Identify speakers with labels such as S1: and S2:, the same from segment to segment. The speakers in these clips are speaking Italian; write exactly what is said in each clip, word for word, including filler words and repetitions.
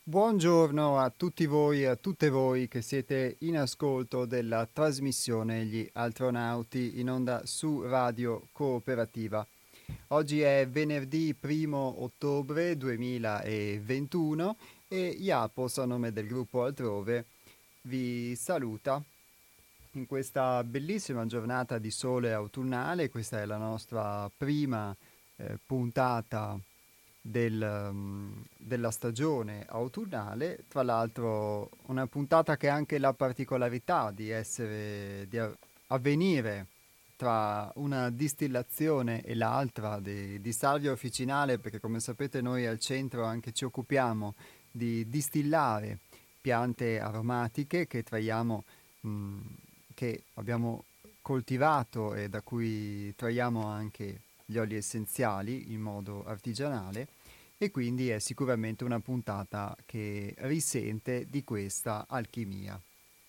S1: Buongiorno a tutti voi e a tutte voi che siete in ascolto della trasmissione Gli Altronauti in onda su Radio Cooperativa. Oggi è venerdì primo ottobre duemilaventuno e Iapos, a nome del gruppo Altrove, vi saluta in questa bellissima giornata di sole autunnale. Questa è la nostra prima eh, puntata del, um, della stagione autunnale, tra l'altro una puntata che ha anche la particolarità di essere, di a- avvenire tra una distillazione e l'altra di, di salvia officinale, perché come sapete noi al centro anche ci occupiamo di distillare piante aromatiche che traiamo, mh, che abbiamo coltivato e da cui traiamo anche gli oli essenziali in modo artigianale, e quindi è sicuramente una puntata che risente di questa alchimia.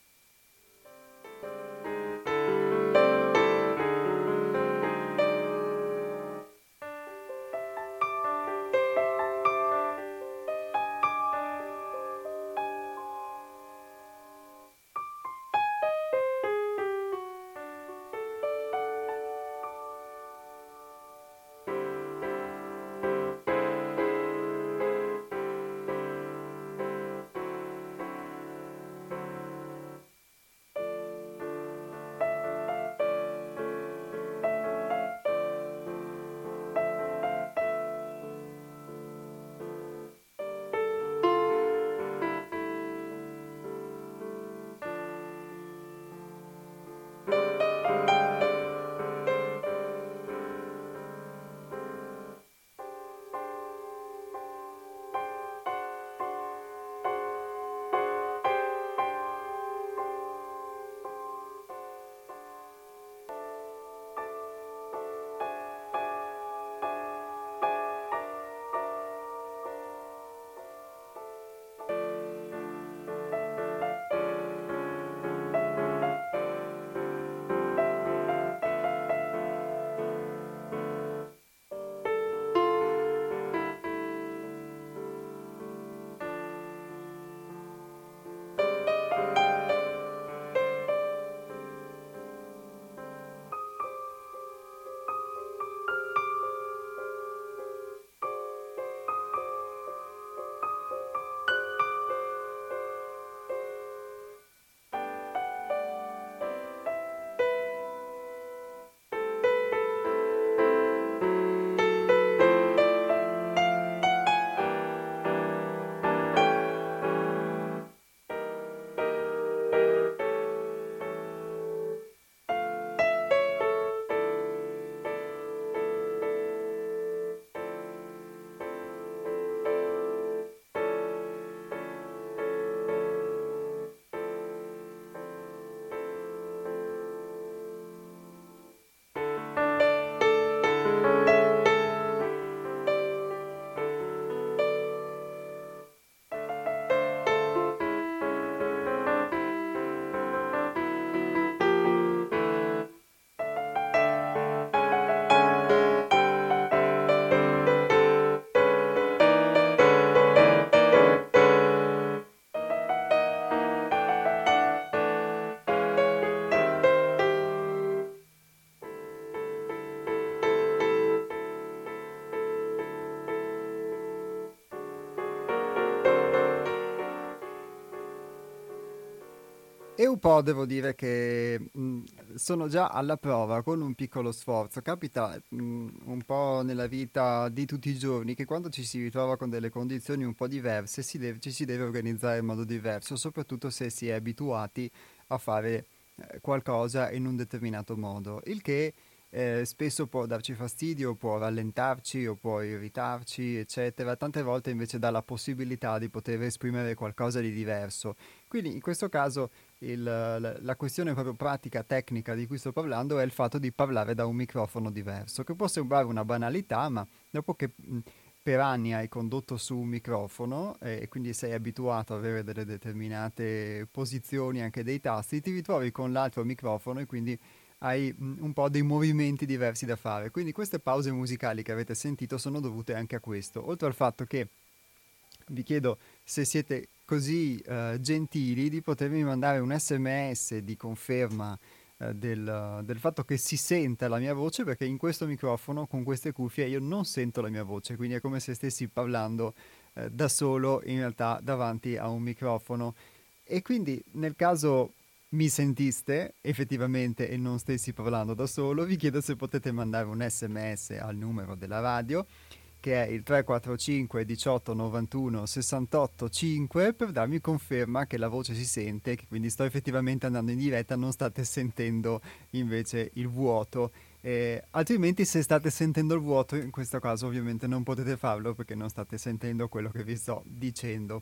S1: E un po' devo dire che mh, sono già alla prova con un piccolo sforzo. Capita mh, un po' nella vita di tutti i giorni che quando ci si ritrova con delle condizioni un po' diverse si deve- ci si deve organizzare in modo diverso, soprattutto se si è abituati a fare eh, qualcosa in un determinato modo, il che eh, spesso può darci fastidio, può rallentarci o può irritarci, eccetera. Tante volte invece dà la possibilità di poter esprimere qualcosa di diverso. Quindi in questo caso il- la, la questione proprio pratica, tecnica di cui sto parlando è il fatto di parlare da un microfono diverso, che può sembrare una banalità, ma dopo che mh, per anni hai condotto su un microfono eh, e quindi sei abituato ad avere delle determinate posizioni, anche dei tasti, ti ritrovi con l'altro microfono e quindi hai mh, un po' dei movimenti diversi da fare. Quindi queste pause musicali che avete sentito sono dovute anche a questo, oltre al fatto che vi chiedo se siete così eh, gentili di potermi mandare un sms di conferma eh, del, del fatto che si senta la mia voce, perché in questo microfono, con queste cuffie, io non sento la mia voce, quindi è come se stessi parlando eh, da solo, in realtà davanti a un microfono. E quindi nel caso mi sentiste effettivamente e non stessi parlando da solo, vi chiedo se potete mandare un sms al numero della radio, che è il tre quattro cinque diciotto novantuno sessantotto cinque, per darmi conferma che la voce si sente, che quindi sto effettivamente andando in diretta, non state sentendo invece il vuoto. Eh, altrimenti, se state sentendo il vuoto, in questo caso ovviamente non potete farlo perché non state sentendo quello che vi sto dicendo.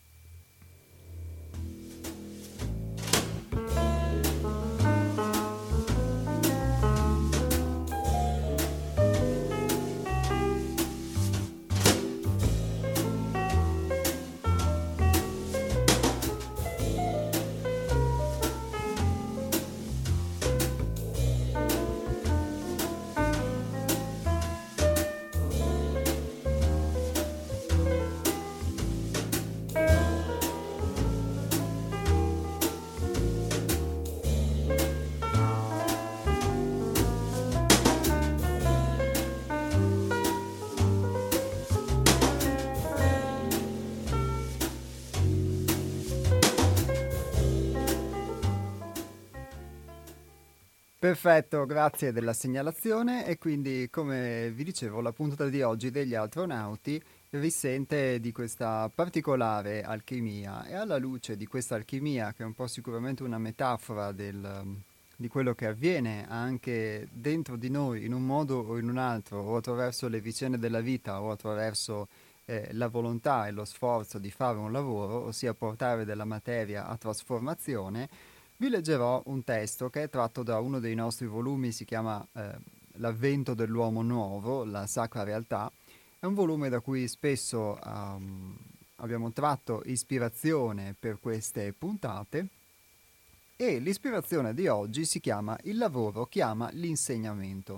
S1: Perfetto, grazie della segnalazione. E quindi, come vi dicevo, la puntata di oggi degli astronauti risente di questa particolare alchimia, e alla luce di questa alchimia, che è un po' sicuramente una metafora del, di quello che avviene anche dentro di noi in un modo o in un altro, o attraverso le vicende della vita o attraverso eh, la volontà e lo sforzo di fare un lavoro, ossia portare della materia a trasformazione, vi leggerò un testo che è tratto da uno dei nostri volumi, si chiama eh, L'avvento dell'uomo nuovo, la sacra realtà. È un volume da cui spesso um, abbiamo tratto ispirazione per queste puntate, e l'ispirazione di oggi si chiama Il lavoro chiama l'insegnamento.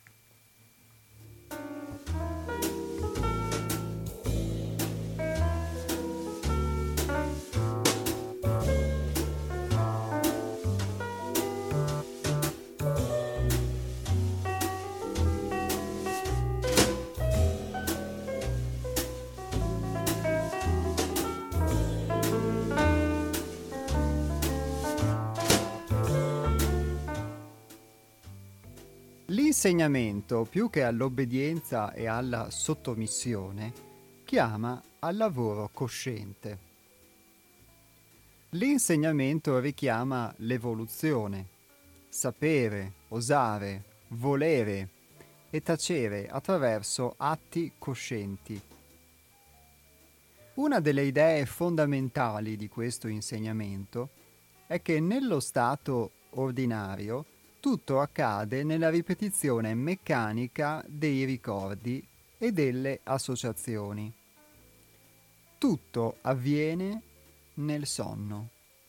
S1: L'insegnamento, più che all'obbedienza e alla sottomissione, chiama al lavoro cosciente. L'insegnamento richiama l'evoluzione, sapere, osare, volere e tacere attraverso atti coscienti. Una delle idee fondamentali di questo insegnamento è che nello stato ordinario tutto accade nella ripetizione meccanica dei ricordi e delle associazioni. Tutto avviene nel sonno.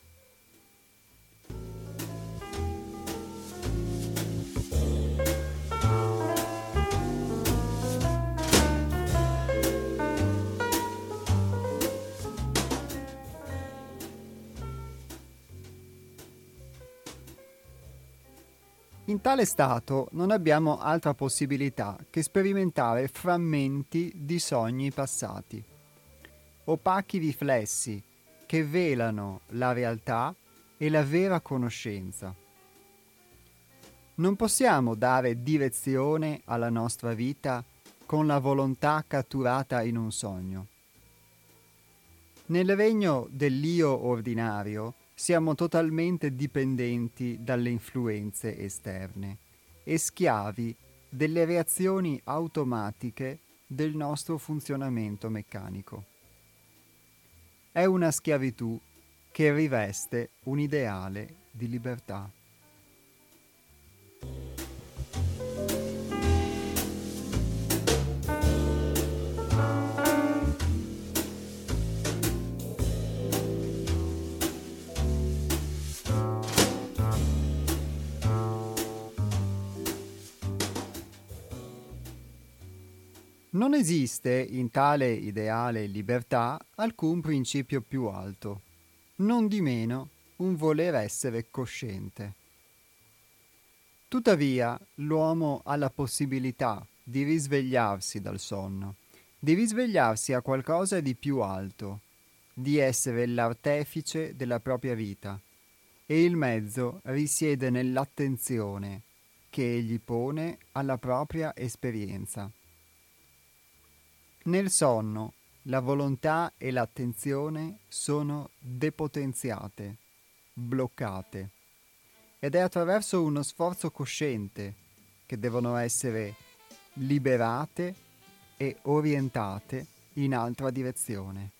S1: In tale stato non abbiamo altra possibilità che sperimentare frammenti di sogni passati, opachi riflessi che velano la realtà e la vera conoscenza. Non possiamo dare direzione alla nostra vita con la volontà catturata in un sogno. Nel regno dell'io ordinario siamo totalmente dipendenti dalle influenze esterne e schiavi delle reazioni automatiche del nostro funzionamento meccanico. È una schiavitù che riveste un ideale di libertà. Non esiste in tale ideale libertà alcun principio più alto, non di meno un voler essere cosciente. Tuttavia, l'uomo ha la possibilità di risvegliarsi dal sonno, di risvegliarsi a qualcosa di più alto, di essere l'artefice della propria vita, e il mezzo risiede nell'attenzione che egli pone alla propria esperienza. Nel sonno, la volontà e l'attenzione sono depotenziate, bloccate, ed è attraverso uno sforzo cosciente che devono essere liberate e orientate in altra direzione.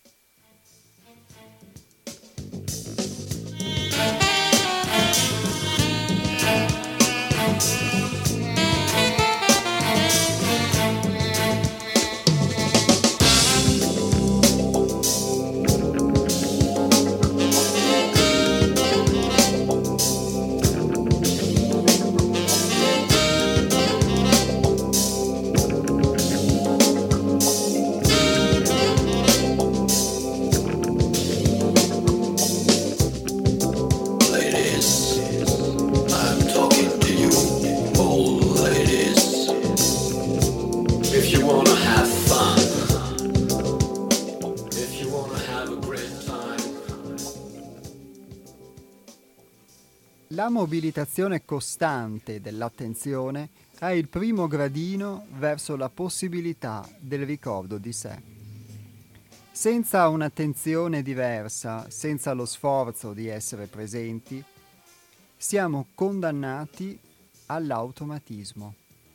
S1: La mobilitazione costante dell'attenzione è il primo gradino verso la possibilità del ricordo di sé. Senza un'attenzione diversa, senza lo sforzo di essere presenti, siamo condannati all'automatismo.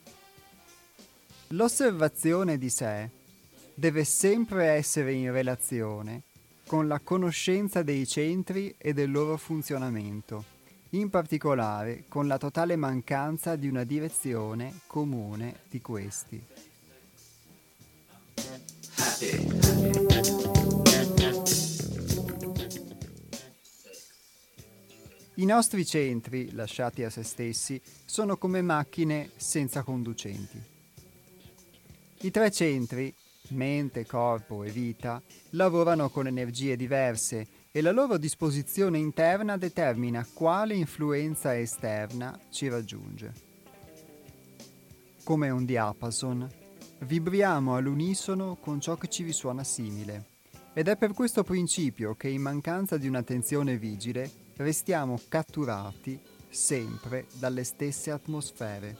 S1: L'osservazione di sé deve sempre essere in relazione con la conoscenza dei centri e del loro funzionamento, in particolare con la totale mancanza di una direzione comune di questi. I nostri centri, lasciati a se stessi, sono come macchine senza conducenti. I tre centri, mente, corpo e vita, lavorano con energie diverse e la loro disposizione interna determina quale influenza esterna ci raggiunge. Come un diapason, vibriamo all'unisono con ciò che ci risuona simile, ed è per questo principio che in mancanza di un'attenzione vigile restiamo catturati sempre dalle stesse atmosfere.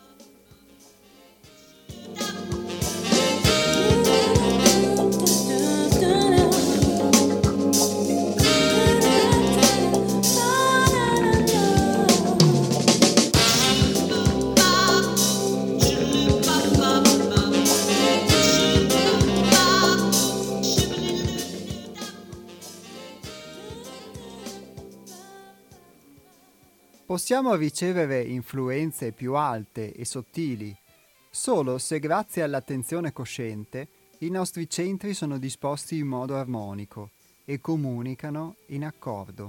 S1: Possiamo ricevere influenze più alte e sottili solo se grazie all'attenzione cosciente i nostri centri sono disposti in modo armonico e comunicano in accordo.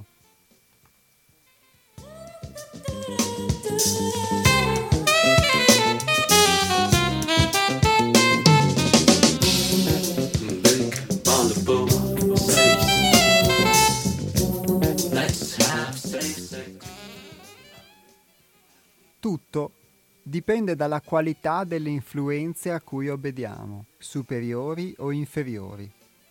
S1: Tutto dipende dalla qualità delle influenze a cui obbediamo, superiori o inferiori.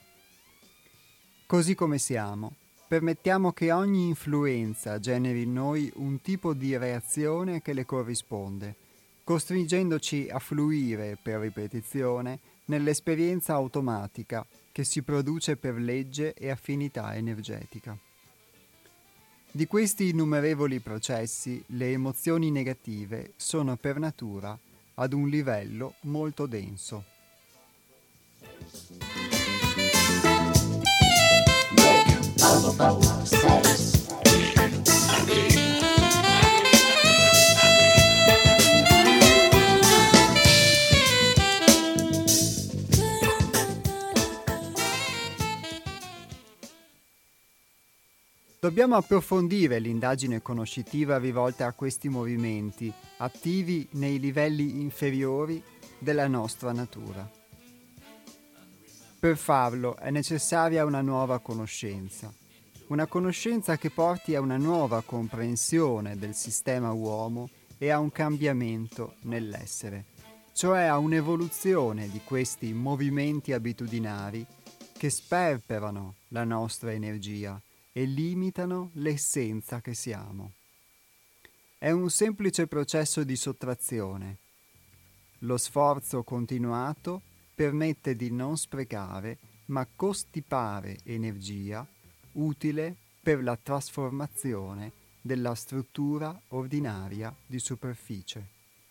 S1: Così come siamo, permettiamo che ogni influenza generi in noi un tipo di reazione che le corrisponde, costringendoci a fluire per ripetizione nell'esperienza automatica che si produce per legge e affinità energetica. Di questi innumerevoli processi, le emozioni negative sono per natura ad un livello molto denso. Dobbiamo approfondire l'indagine conoscitiva rivolta a questi movimenti, attivi nei livelli inferiori della nostra natura. Per farlo è necessaria una nuova conoscenza, una conoscenza che porti a una nuova comprensione del sistema uomo e a un cambiamento nell'essere, cioè a un'evoluzione di questi movimenti abitudinari che sperperano la nostra energia e limitano l'essenza che siamo. È un semplice processo di sottrazione. Lo sforzo continuato permette di non sprecare, ma costipare energia utile per la trasformazione della struttura ordinaria di superficie.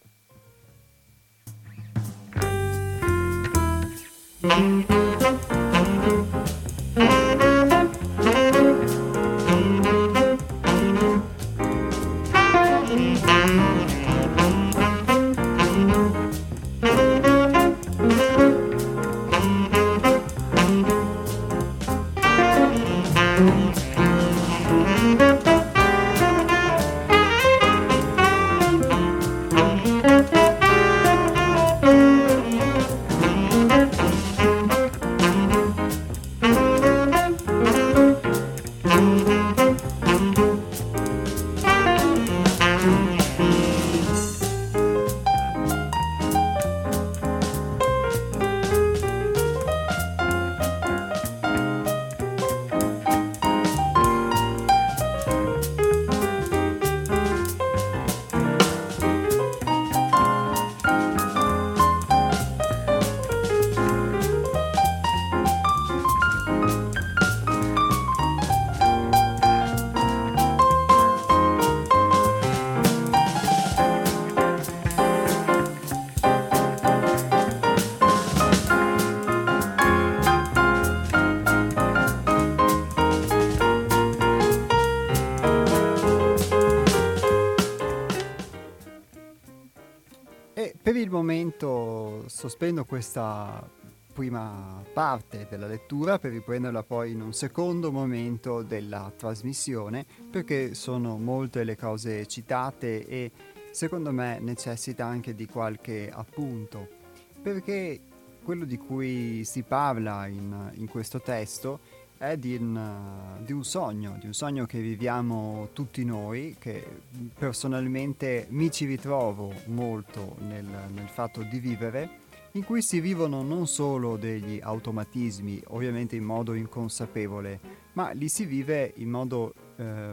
S1: E per il momento sospendo questa prima parte della lettura per riprenderla poi in un secondo momento della trasmissione, perché sono molte le cose citate e secondo me necessita anche di qualche appunto, perché quello di cui si parla in, in questo testo è di un, di un sogno, di un sogno che viviamo tutti noi, che personalmente mi ci ritrovo molto nel, nel fatto di vivere, in cui si vivono non solo degli automatismi, ovviamente in modo inconsapevole, ma li si vive in modo eh,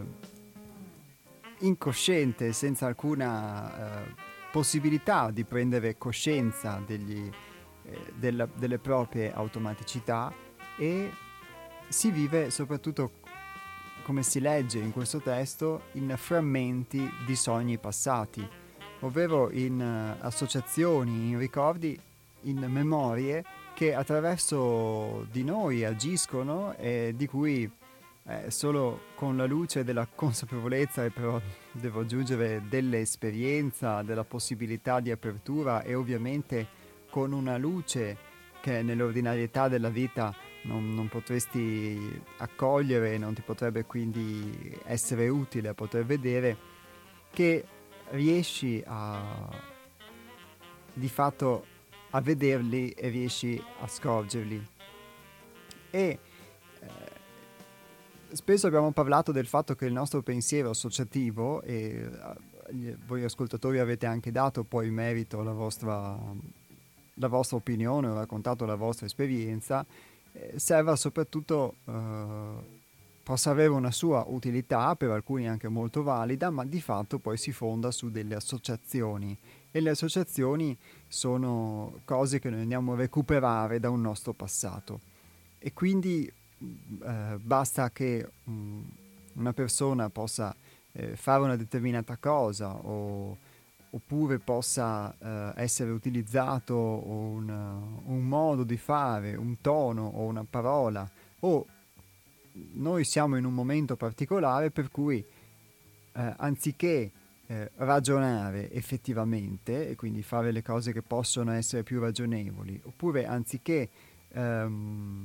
S1: incosciente, senza alcuna eh, possibilità di prendere coscienza degli, eh, della, delle proprie automaticità, e si vive soprattutto, come si legge in questo testo, in frammenti di sogni passati, ovvero in uh, associazioni, in ricordi, in memorie che attraverso di noi agiscono e di cui eh, solo con la luce della consapevolezza, e però devo aggiungere dell'esperienza, della possibilità di apertura, e ovviamente con una luce che nell'ordinarietà della vita non, non potresti accogliere, non ti potrebbe quindi essere utile a poter vedere, che riesci a di fatto a vederli e riesci a scorgerli. E eh, spesso abbiamo parlato del fatto che il nostro pensiero associativo, e eh, voi ascoltatori avete anche dato poi merito alla vostra, la vostra opinione, ho raccontato la vostra esperienza, eh, serva soprattutto, eh, possa avere una sua utilità, per alcuni anche molto valida, ma di fatto poi si fonda su delle associazioni, e le associazioni sono cose che noi andiamo a recuperare da un nostro passato, e quindi eh, basta che mh, una persona possa eh, fare una determinata cosa, o, oppure possa eh, essere utilizzato un, un modo di fare, un tono o una parola, o noi siamo in un momento particolare per cui eh, anziché eh, ragionare effettivamente, e quindi fare le cose che possono essere più ragionevoli, oppure anziché ehm,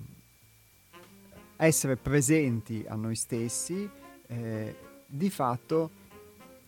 S1: essere presenti a noi stessi, eh, di fatto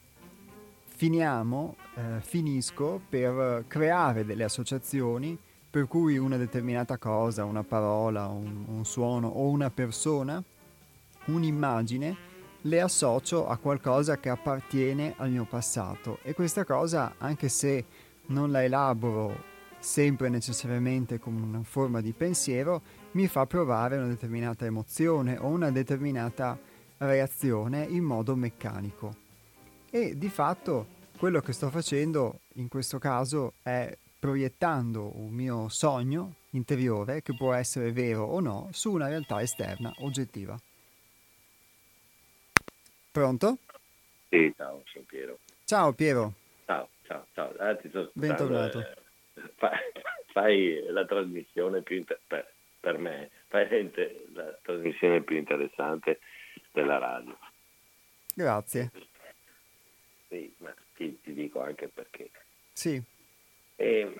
S1: finiamo, eh, finisco per creare delle associazioni per per cui una determinata cosa, una parola, un, un suono o una persona, un'immagine, le associo a qualcosa che appartiene al mio passato e questa cosa, anche se non la elaboro sempre necessariamente come una forma di pensiero, mi fa provare una determinata emozione o una determinata reazione in modo meccanico. E di fatto quello che sto facendo in questo caso è proiettando un mio sogno interiore, che può essere vero o no, su una realtà esterna oggettiva. Pronto?
S2: Sì, ciao, sono Piero.
S1: Ciao Piero,
S2: Ciao, ciao, ciao. Ah, ti sto ascoltando.
S1: bentornato.
S2: eh, fa- fai la trasmissione più inter- per, per me, fai veramente la trasmissione più interessante della radio.
S1: Grazie.
S2: Sì, ma ti, ti dico anche perché.
S1: Sì,
S2: E,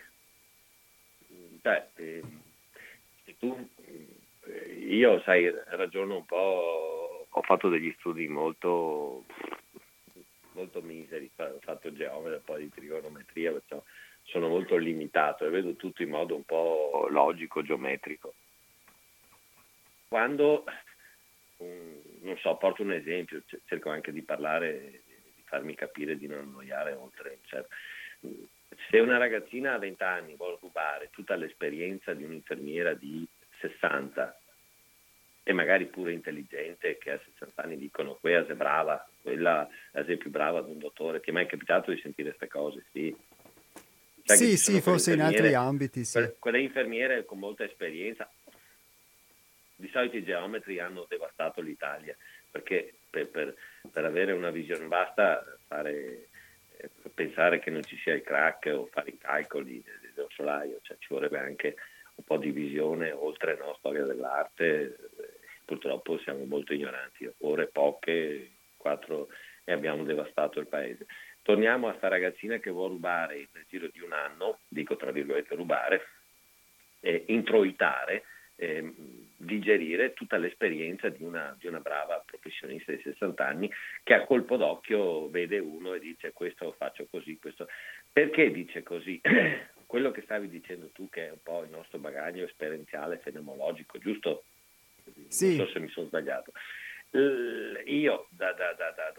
S2: cioè, eh, se tu, eh, io, sai, ragiono un po', ho fatto degli studi molto, molto miseri, ho fatto geometria, poi di trigonometria, perciò sono molto limitato e vedo tutto in modo un po' logico, geometrico. Quando, um, non so, porto un esempio, c- cerco anche di parlare, di farmi capire, di non annoiare oltre. Cioè, se una ragazzina a venti anni vuole rubare tutta l'esperienza di un'infermiera di sessanta e magari pure intelligente, che a sessanta anni dicono quella è brava, quella è più brava di un dottore, ti è mai capitato di sentire queste cose? Sì. Sai che
S1: sì,
S2: ci
S1: sì,
S2: sono quelle
S1: forse in altri
S2: infermiere,
S1: ambiti, sì.
S2: quelle, quelle infermiere con molta esperienza. Di solito i geometri hanno devastato l'Italia, perché per, per, per avere una visione basta fare, eh, pensare che non ci sia il crack o fare i calcoli del solaio, cioè ci vorrebbe anche un po' di visione oltre la no, storia dell'arte. Purtroppo siamo molto ignoranti, ore poche, quattro e abbiamo devastato il paese. Torniamo a sta ragazzina che vuole rubare nel giro di un anno, dico tra virgolette rubare, eh, introitare, eh, digerire tutta l'esperienza di una, di una brava professionista di sessanta anni che a colpo d'occhio vede uno e dice questo faccio così, questo. Perché dice così? Quello che stavi dicendo tu, che è un po' il nostro bagaglio esperienziale fenomenologico, giusto? Non
S1: Sì,
S2: so se mi sono sbagliato. Io da, da, da, da,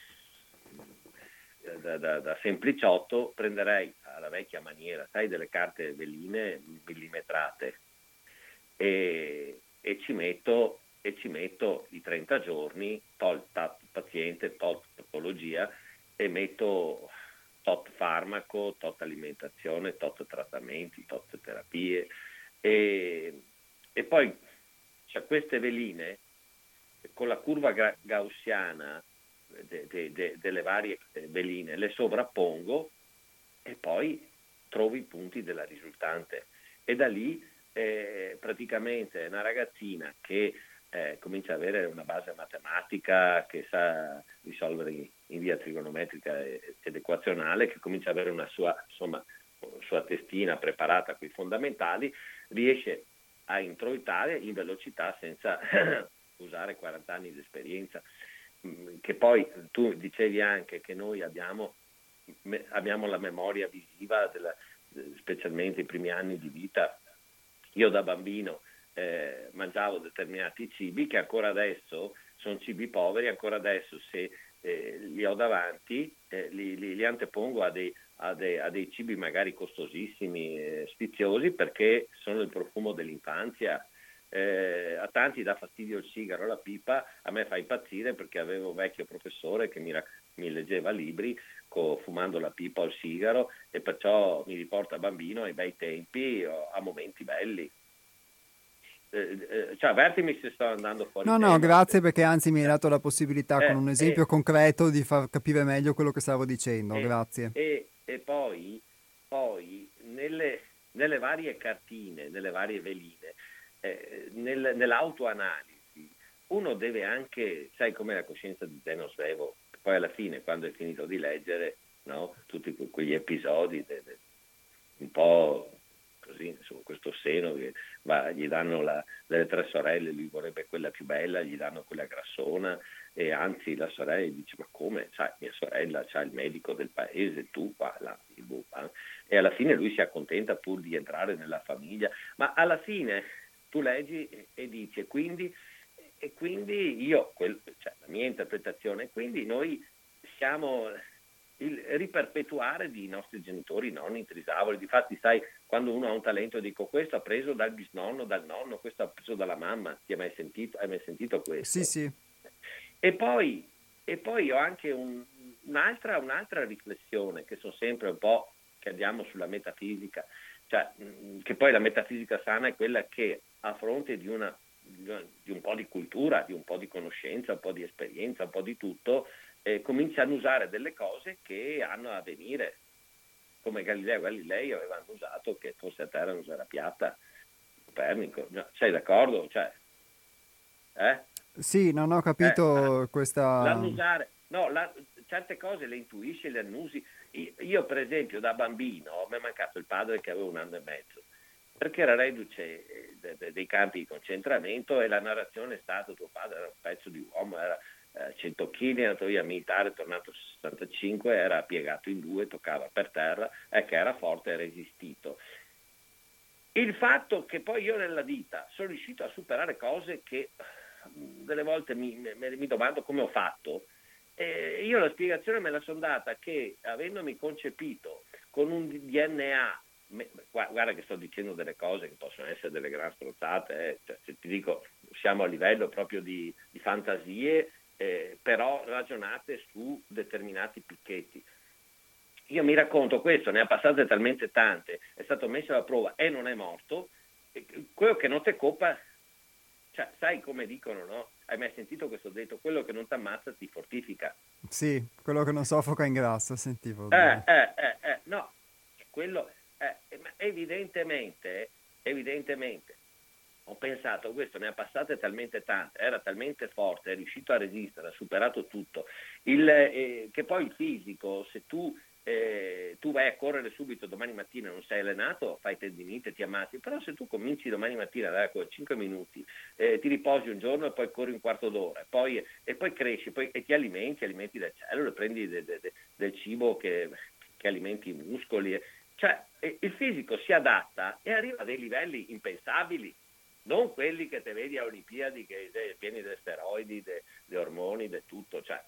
S2: da, da, da sempliciotto prenderei alla vecchia maniera, sai, delle carte veline millimetrate e, e ci metto e ci metto i trenta giorni, tolta paziente, tot patologia e metto tot farmaco, tot alimentazione, tot trattamenti, tot terapie e, e poi c'è queste veline con la curva ga- gaussiana de, de, de, delle varie veline, le sovrappongo e poi trovo i punti della risultante e da lì eh, praticamente una ragazzina che eh, comincia ad avere una base matematica, che sa risolvere in via trigonometrica ed equazionale, che comincia ad avere una sua, insomma, sua testina preparata con i fondamentali, riesce a introitare in velocità senza usare quaranta anni di esperienza, che poi tu dicevi anche che noi abbiamo, abbiamo la memoria visiva, della, specialmente i primi anni di vita. Io da bambino eh, mangiavo determinati cibi che ancora adesso sono cibi poveri, ancora adesso se eh, li ho davanti eh, li, li, li antepongo a dei, a, dei, a dei cibi magari costosissimi, eh, sfiziosi, perché sono il profumo dell'infanzia. Eh, a tanti dà fastidio il sigaro, la pipa, a me fa impazzire perché avevo un vecchio professore che mi, mi leggeva libri co, fumando la pipa o il sigaro e perciò mi riporta bambino ai bei tempi, a momenti belli. Eh, eh, cioè avvertimi se sto andando fuori
S1: no, no,
S2: tema.
S1: grazie perché anzi mi hai dato la possibilità con
S2: Eh,
S1: un esempio
S2: eh,
S1: concreto di far capire meglio quello che stavo dicendo,
S2: e,
S1: grazie.
S2: e, e poi, poi nelle, nelle varie cartine, nelle varie veline, eh, nel, nell'autoanalisi, uno deve anche, sai com'è la coscienza di Zeno Svevo, poi alla fine, quando è finito di leggere, no, tutti quegli episodi de, de, un po' così, su questo seno che va, gli danno la, delle tre sorelle, lui vorrebbe quella più bella, gli danno quella grassona, e anzi la sorella gli dice: ma come, sai, mia sorella c'ha il medico del paese, tu qua, là, e alla fine lui si accontenta pur di entrare nella famiglia, ma alla fine tu leggi e, e dici, e quindi, e quindi io, quel, cioè, la mia interpretazione, quindi noi siamo il riperpetuare di nostri genitori, nonni, trisavoli. Difatti, sai, quando uno ha un talento, dico: questo ha preso dal bisnonno, dal nonno, questo ha preso dalla mamma. Ti hai mai sentito, hai mai sentito questo?
S1: Sì, sì.
S2: E poi, e poi ho anche un, un'altra, un'altra riflessione, che sono sempre un po' che andiamo sulla metafisica, cioè che poi la metafisica sana è quella che, a fronte di una di un po' di cultura, di un po' di conoscenza, un po' di esperienza, un po' di tutto, eh, comincia a usare delle cose che hanno a venire, come Galileo Galilei aveva usato che forse a terra non era piatta, Copernico, no, sei d'accordo? Cioè, eh?
S1: Sì, non ho capito
S2: eh,
S1: questa...
S2: L'annusare, no, la, certe cose le intuisci, le annusi. Io, io per esempio da bambino mi è mancato il padre che aveva un anno e mezzo, perché era reduce de, de, dei campi di concentramento, e la narrazione è stata: tuo padre era un pezzo di uomo, era eh, cento chili, è andato via militare, è tornato a sessantacinque, era piegato in due, toccava per terra, e che era forte e resistito. Il fatto che poi io nella vita sono riuscito a superare cose che delle volte mi, mi, mi domando come ho fatto, e io la spiegazione me la sono data che, avendomi concepito con un D N A, guarda che sto dicendo delle cose che possono essere delle gran strozzate, eh. Cioè, se ti dico, siamo a livello proprio di, di fantasie, eh, però ragionate su determinati picchetti. Io mi racconto questo, ne ha passate talmente tante, è stato messo alla prova e non è morto, e quello che non te coppa, cioè, sai come dicono, no? Hai mai sentito questo detto? Quello che non ti ammazza ti fortifica.
S1: Sì, quello che non soffoca ingrassa, sentivo.
S2: Eh, eh, eh, eh, no, quello, eh, evidentemente, evidentemente, ho pensato, questo ne ha passate talmente tante, era talmente forte, è riuscito a resistere, ha superato tutto, il, eh, che poi il fisico, se tu Eh, tu vai a correre subito domani mattina, non sei allenato, fai tendinite, ti ammazzi, però se tu cominci domani mattina a dare cinque minuti, eh, ti riposi un giorno e poi corri un quarto d'ora, e poi, e poi cresci, poi, e ti alimenti, alimenti le cellule, prendi de, de, de, del cibo che, che alimenti i muscoli, cioè eh, il fisico si adatta e arriva a dei livelli impensabili, non quelli che te vedi a Olimpiadi, che sei pieni di steroidi, di ormoni, di tutto, cioè,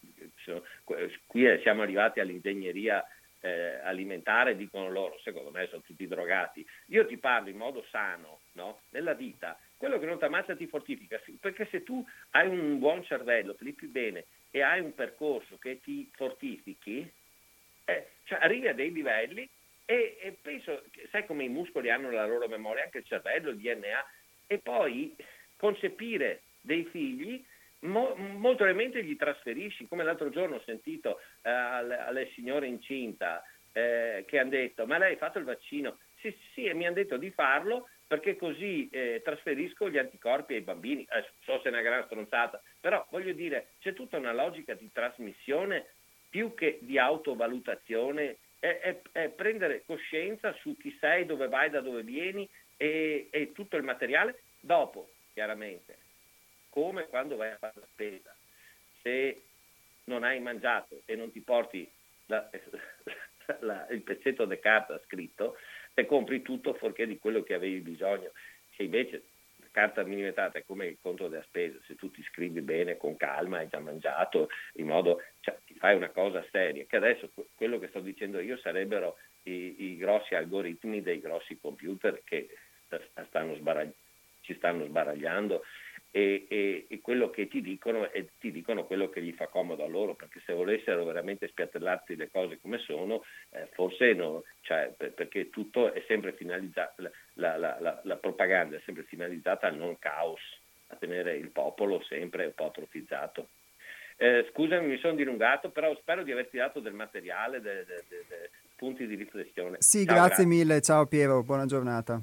S2: qui siamo arrivati all'ingegneria Eh, alimentare, dicono loro, secondo me sono tutti drogati. Io ti parlo in modo sano, no? Nella vita, quello che non ti ammazza ti fortifica, perché se tu hai un buon cervello, ti lipi bene e hai un percorso che ti fortifichi, eh, cioè arrivi a dei livelli e, e penso, sai come i muscoli hanno la loro memoria, anche il cervello, il D N A, e poi concepire dei figli Mo, molto probabilmente gli trasferisci, come l'altro giorno ho sentito eh, alle, alle signore incinta eh, che hanno detto: ma lei ha fatto il vaccino? Sì, sì, e mi hanno detto di farlo perché così eh, trasferisco gli anticorpi ai bambini. Eh, so se è una gran stronzata, però voglio dire, c'è tutta una logica di trasmissione più che di autovalutazione, è, è, è prendere coscienza su chi sei, dove vai, da dove vieni, e, e tutto il materiale. Dopo, chiaramente, come quando vai a fare la spesa, se non hai mangiato e non ti porti la, la, il pezzetto di carta scritto, e compri tutto fuorché di quello che avevi bisogno. Se invece la carta millimetrata è come il conto della spesa, se tu ti scrivi bene, con calma, hai già mangiato, in modo, cioè, ti fai una cosa seria, che adesso quello che sto dicendo io sarebbero i, i grossi algoritmi dei grossi computer che stanno sbaragli- ci stanno sbaragliando. E, e, e quello che ti dicono, e ti dicono quello che gli fa comodo a loro, perché se volessero veramente spiattellarti le cose come sono, eh, forse no, cioè, per, perché tutto è sempre finalizzato, la, la, la, la propaganda è sempre finalizzata al non caos, a tenere il popolo sempre un po' atrofizzato. Eh, scusami, mi sono dilungato, però spero di averti dato del materiale, de, de, de, de punti di riflessione.
S1: Sì,
S2: Ciao,
S1: grazie
S2: grazie
S1: mille, ciao Piero, buona giornata.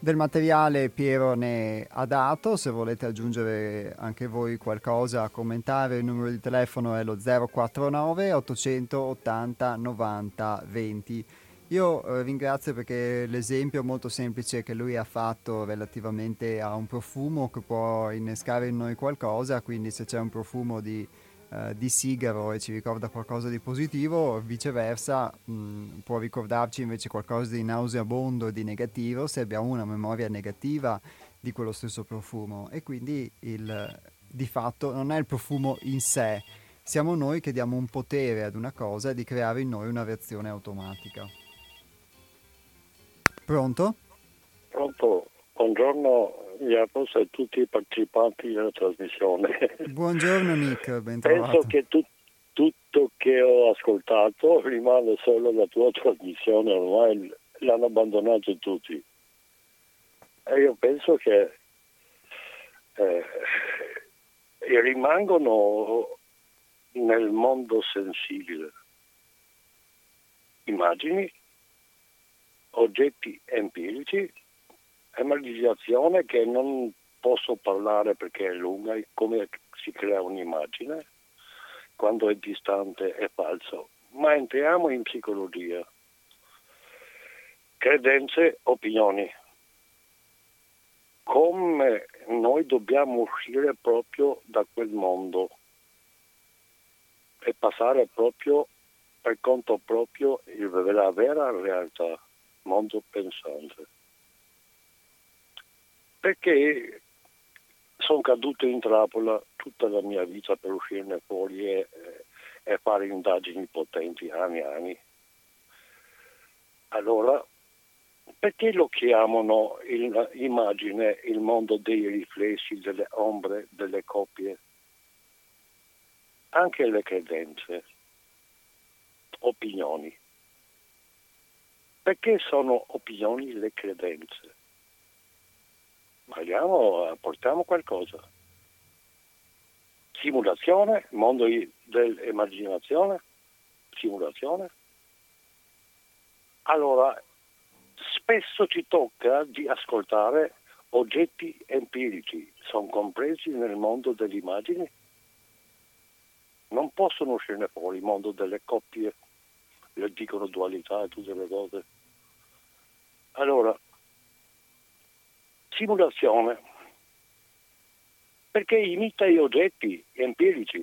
S1: Del materiale Piero ne ha dato, se volete aggiungere anche voi qualcosa a commentare il numero di telefono è lo zero quattro nove ottocentottanta novanta venti. Io eh, ringrazio perché l'esempio molto semplice che lui ha fatto relativamente a un profumo che può innescare in noi qualcosa, quindi se c'è un profumo di, eh, di sigaro e ci ricorda qualcosa di positivo, viceversa mh, può ricordarci invece qualcosa di nauseabondo, di negativo, se abbiamo una memoria negativa di quello stesso profumo. E quindi il, di fatto non è il profumo in sé, siamo noi che diamo un potere ad una cosa di creare in noi una reazione automatica. Pronto?
S3: Pronto, buongiorno Jacopo e tutti i partecipanti della trasmissione.
S1: Buongiorno Nick, ben
S3: Penso
S1: trovato.
S3: che tu, tutto che ho ascoltato rimane solo la tua trasmissione, ormai l'hanno abbandonato tutti. E io penso che eh, rimangono nel mondo sensibile. Immagini, oggetti empirici, emarginazione che non posso parlare perché è lunga, come si crea un'immagine, quando è distante è falso. Ma entriamo in psicologia. Credenze, opinioni. Come noi dobbiamo uscire proprio da quel mondo e passare proprio per conto proprio la vera realtà, mondo pensante. Perché sono caduto in trappola tutta la mia vita per uscirne fuori e, e fare indagini potenti anni e anni. Allora, perché lo chiamano il, immagine il mondo dei riflessi, delle ombre, delle coppie? Anche le credenze, opinioni. Perché sono opinioni le credenze? Vediamo, portiamo qualcosa. Simulazione, mondo dell'immaginazione, simulazione. Allora, spesso ci tocca di ascoltare oggetti empirici, sono compresi nel mondo delle immagini. Non possono uscirne fuori il mondo delle coppie, le dicono dualità e tutte le cose. Allora, simulazione, perché imita gli oggetti empirici,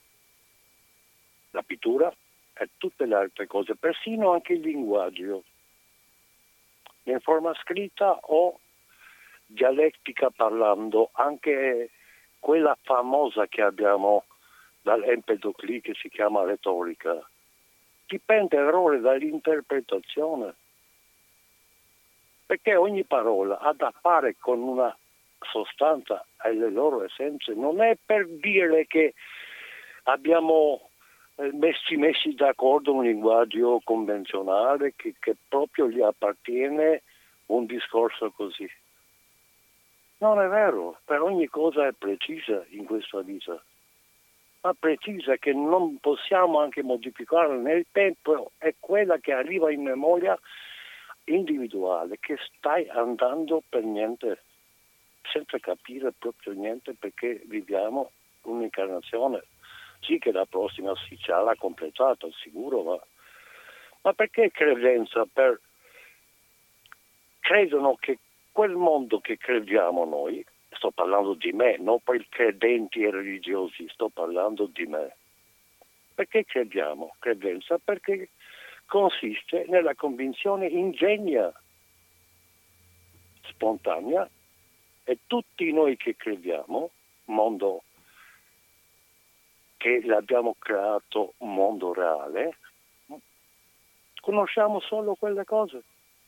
S3: la pittura e tutte le altre cose, persino anche il linguaggio, in forma scritta o dialettica parlando, anche quella famosa che abbiamo dall'Empedoclì che si chiama retorica, dipende errore dall'interpretazione. Perché ogni parola ha da fare con una sostanza e le loro essenze. Non è per dire che abbiamo messi, messi d'accordo un linguaggio convenzionale che, che proprio gli appartiene un discorso così. Non è vero, per ogni cosa è precisa in questa vita, ma precisa che non possiamo anche modificare nel tempo, è quella che arriva in memoria individuale, che stai andando per niente, senza capire proprio niente, perché viviamo un'incarnazione. Sì che la prossima si ce l'ha completata, sicuro, ma, ma perché credenza? Per... Credono che quel mondo che crediamo noi, sto parlando di me, non per i credenti e religiosi, sto parlando di me. Perché crediamo? Credenza perché consiste nella convinzione ingegna, spontanea, e tutti noi che crediamo, mondo che l'abbiamo creato un mondo reale, conosciamo solo quelle cose.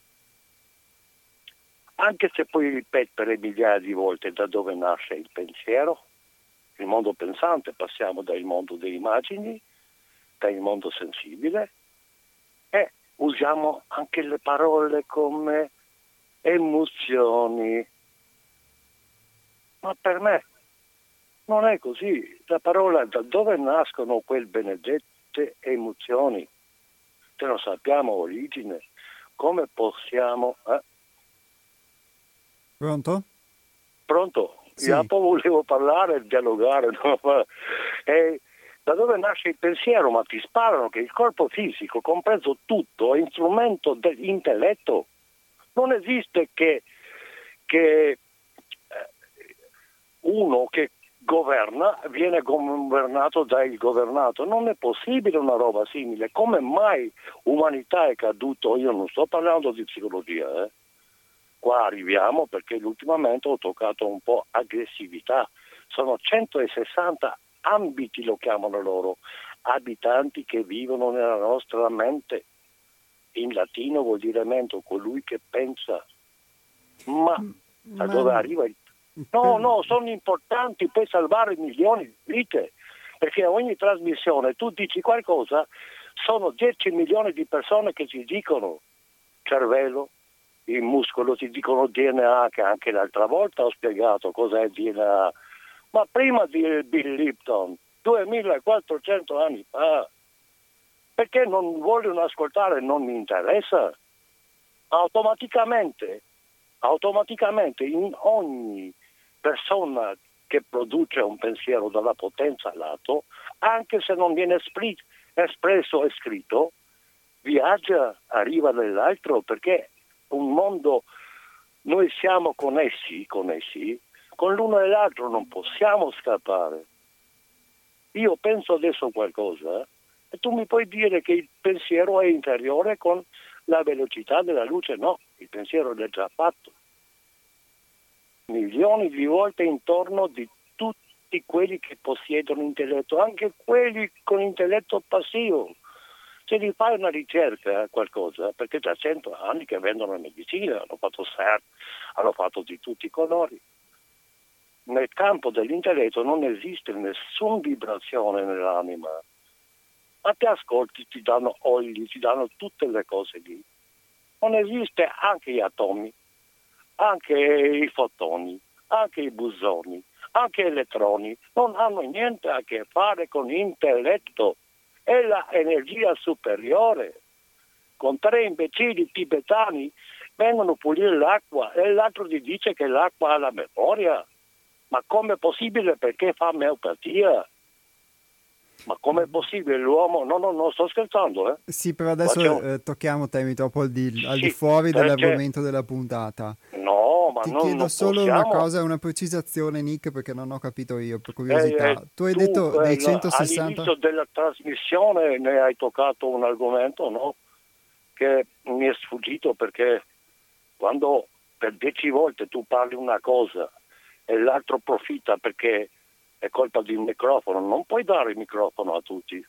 S3: Anche se puoi ripetere migliaia di volte da dove nasce il pensiero, il mondo pensante, passiamo dal mondo delle immagini, dal mondo sensibile, e usiamo anche le parole come emozioni. Ma per me non è così. La parola, da dove nascono quelle benedette emozioni? Se non sappiamo origine, come possiamo... Eh?
S1: Pronto?
S3: Pronto?
S1: Sì.
S3: Io volevo parlare, dialogare, no? E da dove nasce il pensiero? Ma ti sparano che il corpo fisico, compreso tutto, è strumento dell'intelletto. Non esiste che, che uno che governa viene governato dal governato. Non è possibile una roba simile. Come mai umanità è caduto? Io non sto parlando di psicologia, eh. Qua arriviamo perché ultimamente ho toccato un po' aggressività. Sono centosessanta ambiti, lo chiamano loro, abitanti che vivono nella nostra mente. In latino vuol dire mente, colui che pensa. Ma da
S1: Ma...
S3: dove arriva il... No, no, sono importanti, puoi salvare milioni di vite, perché a ogni trasmissione tu dici qualcosa, sono dieci milioni di persone che ti dicono cervello, il muscolo, ti dicono D N A, che anche l'altra volta ho spiegato cos'è D N A, ma prima di Bill Lipton, duemilaquattrocento anni fa, perché non vogliono ascoltare, non mi interessa. Automaticamente, automaticamente in ogni persona che produce un pensiero dalla potenza a lato, anche se non viene espri- espresso e scritto, viaggia, arriva nell'altro, perché un mondo, noi siamo connessi, connessi, con l'uno e l'altro non possiamo scappare. Io penso adesso qualcosa e tu mi puoi dire che il pensiero è interiore con la velocità della luce. No, il pensiero è già fatto. Milioni di volte intorno di tutti quelli che possiedono intelletto, anche quelli con intelletto passivo. Se gli fai una ricerca, qualcosa, perché da cento anni che vendono medicina, hanno fatto S E R, hanno fatto di tutti i colori. Nel campo dell'intelletto non esiste nessuna vibrazione nell'anima. Ma ti ascolti, ti danno oli, ti danno tutte le cose lì. Non esiste anche gli atomi, anche i fotoni, anche i bosoni, anche gli elettroni. Non hanno niente a che fare con l'intelletto. È l'energia superiore. Con tre imbecilli tibetani vengono a pulire l'acqua e l'altro gli dice che l'acqua ha la memoria. Ma com'è possibile? Perché fa omeopatia? Ma com'è possibile l'uomo? No, no, non sto scherzando, eh.
S1: Sì, però adesso un... eh, tocchiamo temi troppo al di,
S3: sì,
S1: al di fuori
S3: perché...
S1: dell'argomento della puntata.
S3: No, ma
S1: Ti
S3: non,
S1: chiedo
S3: non
S1: solo
S3: possiamo...
S1: una cosa, una precisazione, Nick, perché non ho capito io, per curiosità.
S3: Eh, eh,
S1: tu hai
S3: tu,
S1: detto dei
S3: eh,
S1: centosessanta...
S3: all'inizio della trasmissione ne hai toccato un argomento, no? Che mi è sfuggito, perché quando per dieci volte tu parli una cosa e l'altro profitta perché è colpa di un microfono, non puoi dare il microfono a tutti.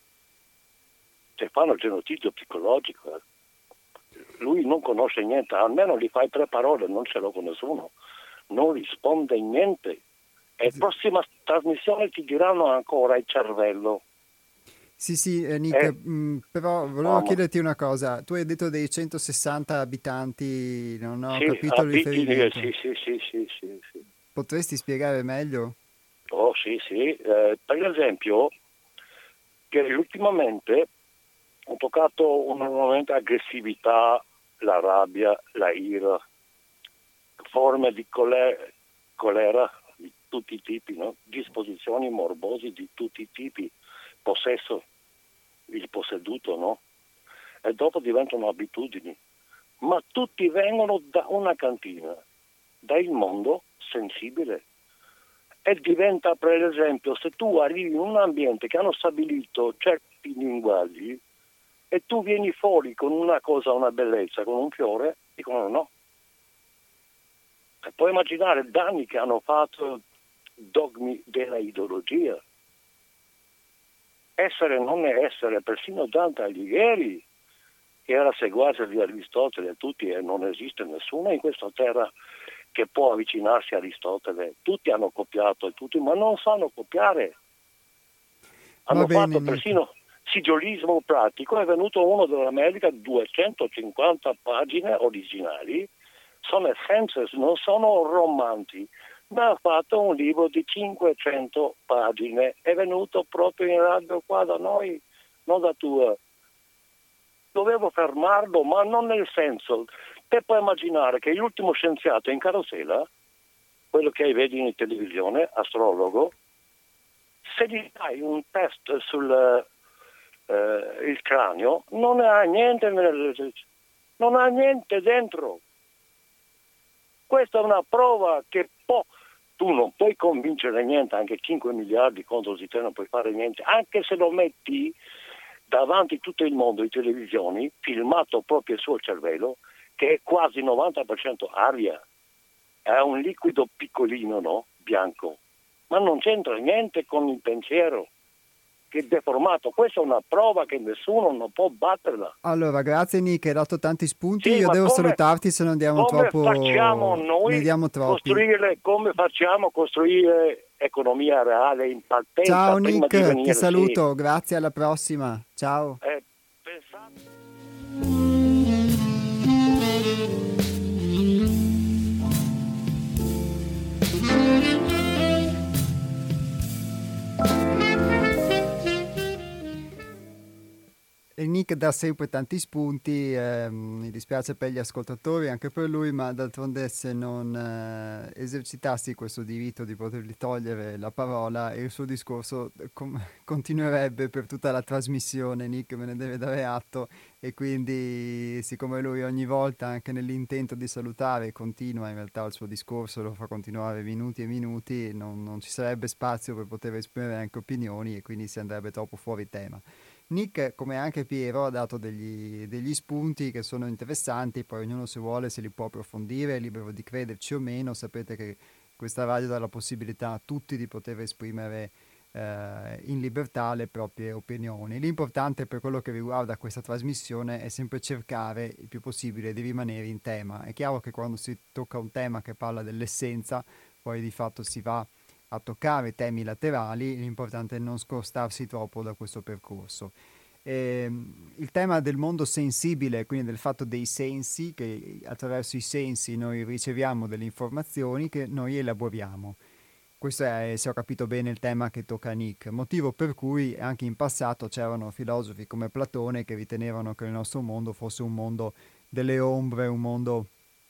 S3: Se fanno il genocidio psicologico, eh. Lui non conosce niente, almeno gli fai tre parole, non ce l'ho con nessuno, non risponde niente. E la prossima trasmissione ti diranno ancora il cervello.
S1: Sì, sì, eh, Nick,
S3: eh,
S1: mh, però volevo
S3: mamma.
S1: chiederti una cosa. Tu hai detto dei centosessanta abitanti, non ho
S3: Sì,
S1: capito il
S3: abiti,
S1: riferimento.
S3: sì, sì, sì, sì, sì, sì.
S1: Potresti spiegare meglio?
S3: Oh, sì, sì. Eh, per esempio, che ultimamente ho toccato un momento aggressività, la rabbia, la ira, forme di colera, colera di tutti i tipi, no? Disposizioni morbose di tutti i tipi, possesso, il posseduto, no? E dopo diventano abitudini. Ma tutti vengono da una cantina, dal mondo sensibile. E diventa, per esempio, se tu arrivi in un ambiente che hanno stabilito certi linguaggi e tu vieni fuori con una cosa, una bellezza, con un fiore, dicono no. E puoi immaginare danni che hanno fatto dogmi della ideologia. Essere non è essere, persino Dante Alighieri, che era seguace di Aristotele e tutti, e non esiste nessuno in questa terra che può avvicinarsi a Aristotele. Tutti hanno copiato, e tutti, ma non sanno copiare. Hanno
S1: bene,
S3: fatto
S1: Nick.
S3: persino sigillismo pratico, è venuto uno dell'America, duecentocinquanta pagine originali, sono essenze, non sono romanzi, ma ha fatto un libro di cinquecento pagine, è venuto proprio in radio qua da noi, non da tua. Dovevo fermarlo, ma non nel senso, te puoi immaginare che l'ultimo scienziato in carrozzella, quello che vedi in televisione, astrologo, se gli fai un test sul eh, il cranio, non ha niente, non ha niente dentro. Questa è una prova che può, tu non puoi convincere niente, anche cinque miliardi contro di te non puoi fare niente, anche se lo metti davanti a tutto il mondo in televisioni, filmato proprio sul cervello, che è quasi novanta per cento aria, è un liquido piccolino, no? Bianco, ma non c'entra niente con il pensiero, che è deformato. Questa è una prova che nessuno non può batterla.
S1: Allora, grazie Nick, hai dato tanti spunti.
S3: Sì,
S1: Io devo
S3: come,
S1: salutarti, se non diamo
S3: come
S1: troppo.
S3: Facciamo noi
S1: ne diamo troppi.
S3: Costruire, come facciamo a costruire economia reale in partenza?
S1: Ciao
S3: prima
S1: Nick,
S3: di venire,
S1: ti saluto,
S3: sì.
S1: Grazie, alla prossima. Ciao.
S3: Eh, pensate...
S1: E Nick dà sempre tanti spunti, eh, mi dispiace per gli ascoltatori, anche per lui, ma d'altronde se non eh, esercitassi questo diritto di potergli togliere la parola, il suo discorso com- continuerebbe per tutta la trasmissione. Nick me ne deve dare atto, e quindi siccome lui ogni volta, anche nell'intento di salutare, continua in realtà il suo discorso, lo fa continuare minuti e minuti, non, non ci sarebbe spazio per poter esprimere anche opinioni, e quindi si andrebbe troppo fuori tema. Nick, come anche Piero, ha dato degli, degli spunti che sono interessanti, poi ognuno, se vuole, se li può approfondire, è libero di crederci o meno. Sapete che questa radio dà la possibilità a tutti di poter esprimere eh, in libertà le proprie opinioni. L'importante per quello che riguarda questa trasmissione è sempre cercare il più possibile di rimanere in tema. È chiaro che quando si tocca un tema che parla dell'essenza, poi di fatto si va a toccare temi laterali, l'importante è non scostarsi troppo da questo percorso. Eh, il tema del mondo sensibile, quindi del fatto dei sensi, che attraverso i sensi noi riceviamo delle informazioni che noi elaboriamo. Questo è, se ho capito bene, il tema che tocca a Nick, motivo per cui anche in passato c'erano filosofi come Platone che ritenevano che il nostro mondo fosse un mondo delle ombre, un mondo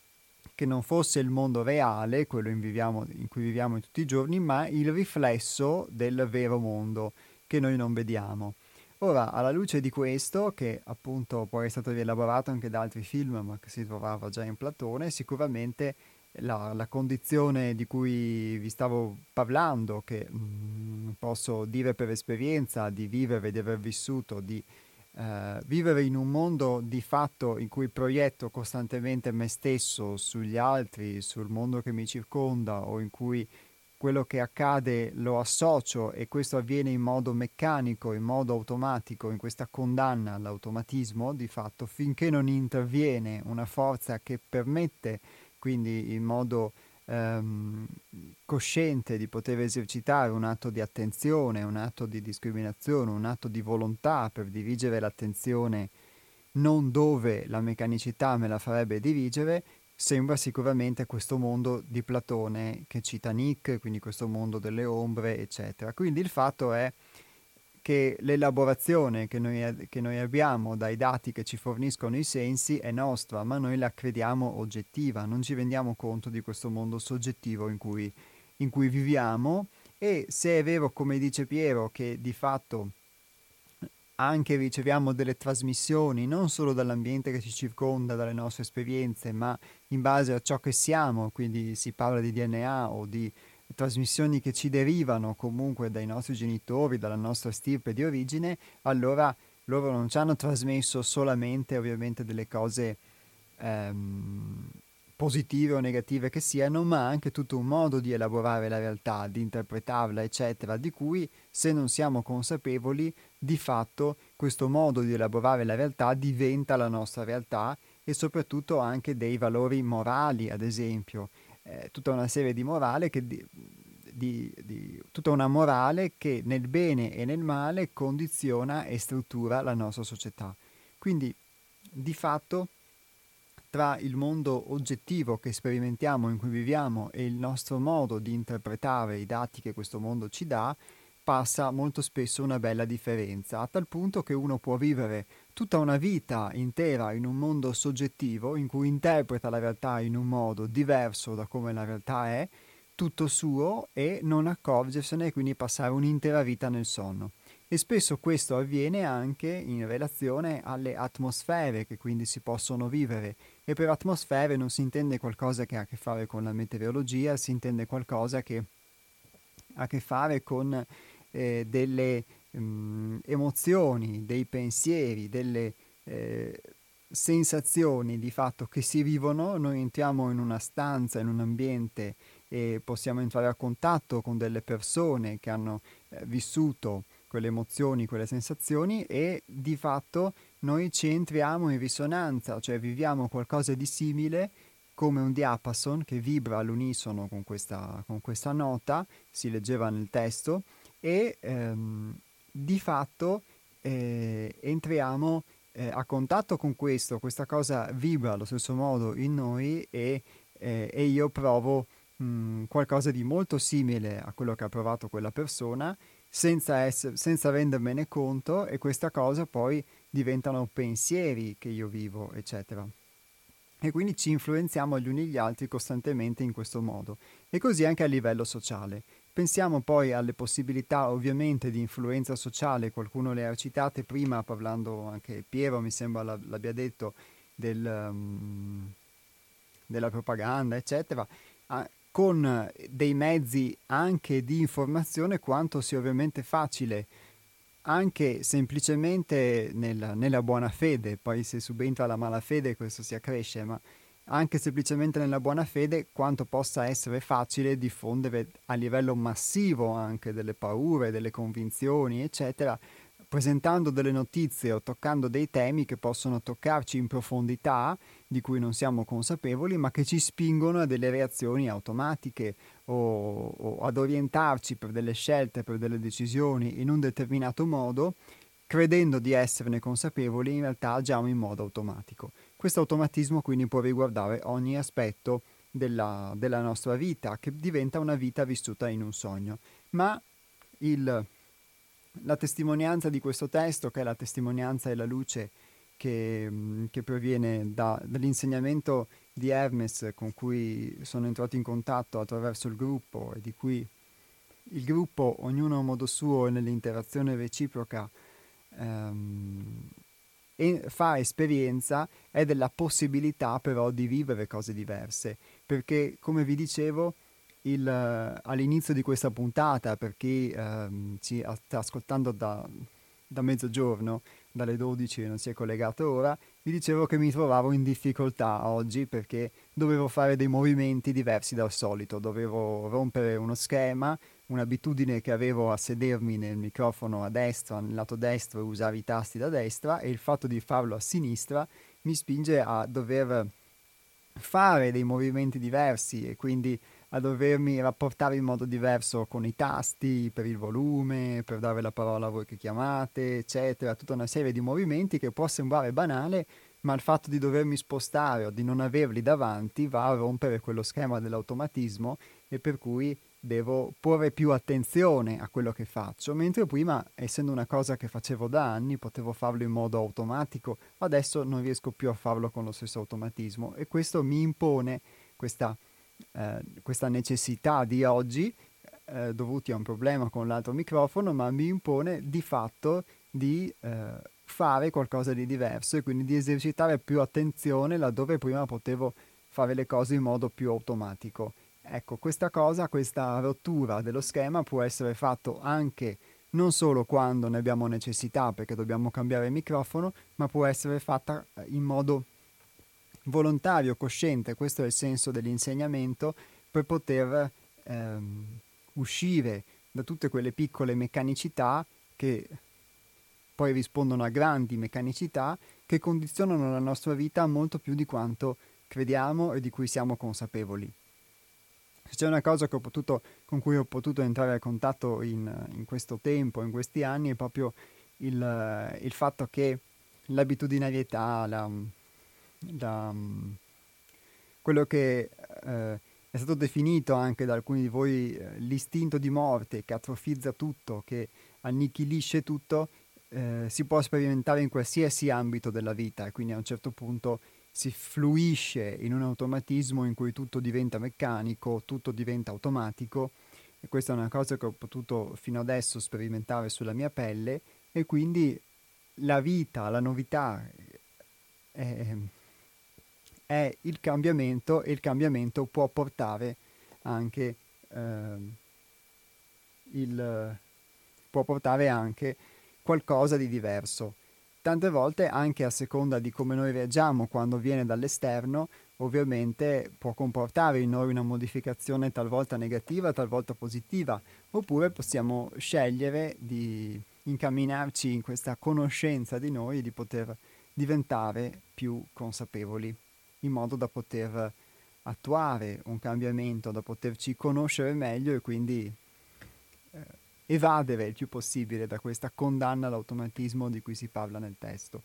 S1: che non fosse il mondo reale, quello in, viviamo, in cui viviamo in tutti i giorni, ma il riflesso del vero mondo che noi non vediamo. Ora, alla luce di questo, che appunto poi è stato rielaborato anche da altri film, ma che si trovava già in Platone, sicuramente la, la condizione di cui vi stavo parlando, che mh, posso dire per esperienza, di vivere, di aver vissuto, di Uh, vivere in un mondo di fatto in cui proietto costantemente me stesso sugli altri, sul mondo che mi circonda, o in cui quello che accade lo associo e questo avviene in modo meccanico, in modo automatico, in questa condanna all'automatismo, di fatto, finché non interviene una forza che permette quindi in modo ehm, cosciente di poter esercitare un atto di attenzione, un atto di discriminazione, un atto di volontà per dirigere l'attenzione non dove la meccanicità me la farebbe dirigere, sembra sicuramente questo mondo di Platone che cita Nick, quindi questo mondo delle ombre, eccetera. Quindi il fatto è che l'elaborazione che noi, che noi abbiamo dai dati che ci forniscono i sensi è nostra, ma noi la crediamo oggettiva, non ci rendiamo conto di questo mondo soggettivo in cui, in cui viviamo. E se è vero, come dice Piero, che di fatto anche riceviamo delle trasmissioni non solo dall'ambiente che ci circonda, dalle nostre esperienze, ma in base a ciò che siamo, quindi si parla di D N A o di trasmissioni che ci derivano comunque dai nostri genitori, dalla nostra stirpe di origine, allora loro non ci hanno trasmesso solamente ovviamente delle cose ehm, positive o negative che siano, ma anche tutto un modo di elaborare la realtà, di interpretarla, eccetera, di cui se non siamo consapevoli, di fatto questo modo di elaborare la realtà diventa la nostra realtà, e soprattutto anche dei valori morali, ad esempio. Eh, tutta una serie di morale che di, di, di, tutta una morale che nel bene e nel male condiziona e struttura la nostra società. Quindi di fatto tra il mondo oggettivo che sperimentiamo, in cui viviamo, e il nostro modo di interpretare i dati che questo mondo ci dà, passa molto spesso una bella differenza, a tal punto che uno può vivere tutta una vita intera in un mondo soggettivo in cui interpreta la realtà in un modo diverso da come la realtà è, tutto suo, e non accorgersene, e quindi passare un'intera vita nel sonno. E spesso questo avviene anche in relazione alle atmosfere che quindi si possono vivere, e per atmosfere non si intende qualcosa che ha a che fare con la meteorologia, si intende qualcosa che ha a che fare con eh, delle mh, emozioni, dei pensieri, delle eh, sensazioni di fatto che si vivono. Noi entriamo in una stanza, in un ambiente, e possiamo entrare a contatto con delle persone che hanno eh, vissuto quelle emozioni, quelle sensazioni, e di fatto noi ci entriamo in risonanza, cioè viviamo qualcosa di simile, come un diapason che vibra all'unisono con questa, con questa nota, si leggeva nel testo, e ehm, di fatto eh, entriamo eh, a contatto con questo, questa cosa vibra allo stesso modo in noi, e, eh, e io provo mh, qualcosa di molto simile a quello che ha provato quella persona, senza, essere, senza rendermene conto, e questa cosa poi diventano pensieri che io vivo, eccetera. E quindi ci influenziamo gli uni gli altri costantemente in questo modo. E così anche a livello sociale. Pensiamo poi alle possibilità ovviamente di influenza sociale, qualcuno le ha citate prima, parlando anche Piero, mi sembra l'abbia detto, del, um, della propaganda, eccetera, ah, con dei mezzi anche di informazione, quanto sia ovviamente facile, anche semplicemente nella, nella buona fede, poi se subentra la malafede questo si accresce, ma anche semplicemente nella buona fede, quanto possa essere facile diffondere a livello massivo anche delle paure, delle convinzioni, eccetera, presentando delle notizie o toccando dei temi che possono toccarci in profondità, di cui non siamo consapevoli, ma che ci spingono a delle reazioni automatiche, o, o ad orientarci per delle scelte, per delle decisioni in un determinato modo, credendo di esserne consapevoli, in realtà agiamo in modo automatico. Questo automatismo quindi può riguardare ogni aspetto della, della nostra vita, che diventa una vita vissuta in un sogno. Ma il, la testimonianza di questo testo, che è la testimonianza e la luce che, che proviene da, dall'insegnamento di Hermes, con cui sono entrato in contatto attraverso il gruppo, e di cui il gruppo, ognuno a modo suo e nell'interazione reciproca, ehm, e fa esperienza, è della possibilità però di vivere cose diverse, perché come vi dicevo il, uh, all'inizio di questa puntata, per chi uh, ci sta ascoltando da, da mezzogiorno, dalle dodici e non si è collegato ora, vi dicevo che mi trovavo in difficoltà oggi perché dovevo fare dei movimenti diversi dal solito, dovevo rompere uno schema, un'abitudine che avevo a sedermi nel microfono a destra, nel lato destro, e usare i tasti da destra, e il fatto di farlo a sinistra mi spinge a dover fare dei movimenti diversi, e quindi a dovermi rapportare in modo diverso con i tasti per il volume, per dare la parola a voi che chiamate, eccetera, tutta una serie di movimenti che può sembrare banale, ma il fatto di dovermi spostare o di non averli davanti va a rompere quello schema dell'automatismo, e per cui devo porre più attenzione a quello che faccio, mentre prima, essendo una cosa che facevo da anni, potevo farlo in modo automatico, adesso non riesco più a farlo con lo stesso automatismo, e questo mi impone questa, eh, questa necessità di oggi, eh, dovuti a un problema con l'altro microfono, ma mi impone di fatto di eh, fare qualcosa di diverso, e quindi di esercitare più attenzione laddove prima potevo fare le cose in modo più automatico. Ecco, questa cosa, questa rottura dello schema può essere fatto anche non solo quando ne abbiamo necessità perché dobbiamo cambiare il microfono, ma può essere fatta in modo volontario, cosciente. Questo è il senso dell'insegnamento, per poter ehm, uscire da tutte quelle piccole meccanicità che poi rispondono a grandi meccanicità che condizionano la nostra vita molto più di quanto crediamo e di cui siamo consapevoli. Se c'è una cosa che ho potuto, con cui ho potuto entrare a contatto in, in questo tempo, in questi anni, è proprio il, il fatto che l'abitudinarietà, la, la, quello che eh, è stato definito anche da alcuni di voi eh, l'istinto di morte che atrofizza tutto, che annichilisce tutto, eh, si può sperimentare in qualsiasi ambito della vita, e quindi a un certo punto si fluisce in un automatismo in cui tutto diventa meccanico, tutto diventa automatico, e questa è una cosa che ho potuto fino adesso sperimentare sulla mia pelle, e quindi la vita, la novità è, è il cambiamento, e il cambiamento può portare anche eh, il può portare anche qualcosa di diverso. Tante volte, anche a seconda di come noi reagiamo quando viene dall'esterno, ovviamente può comportare in noi una modificazione talvolta negativa, talvolta positiva, oppure possiamo scegliere di incamminarci in questa conoscenza di noi e di poter diventare più consapevoli, in modo da poter attuare un cambiamento, da poterci conoscere meglio e quindi eh, evadere il più possibile da questa condanna all'automatismo di cui si parla nel testo.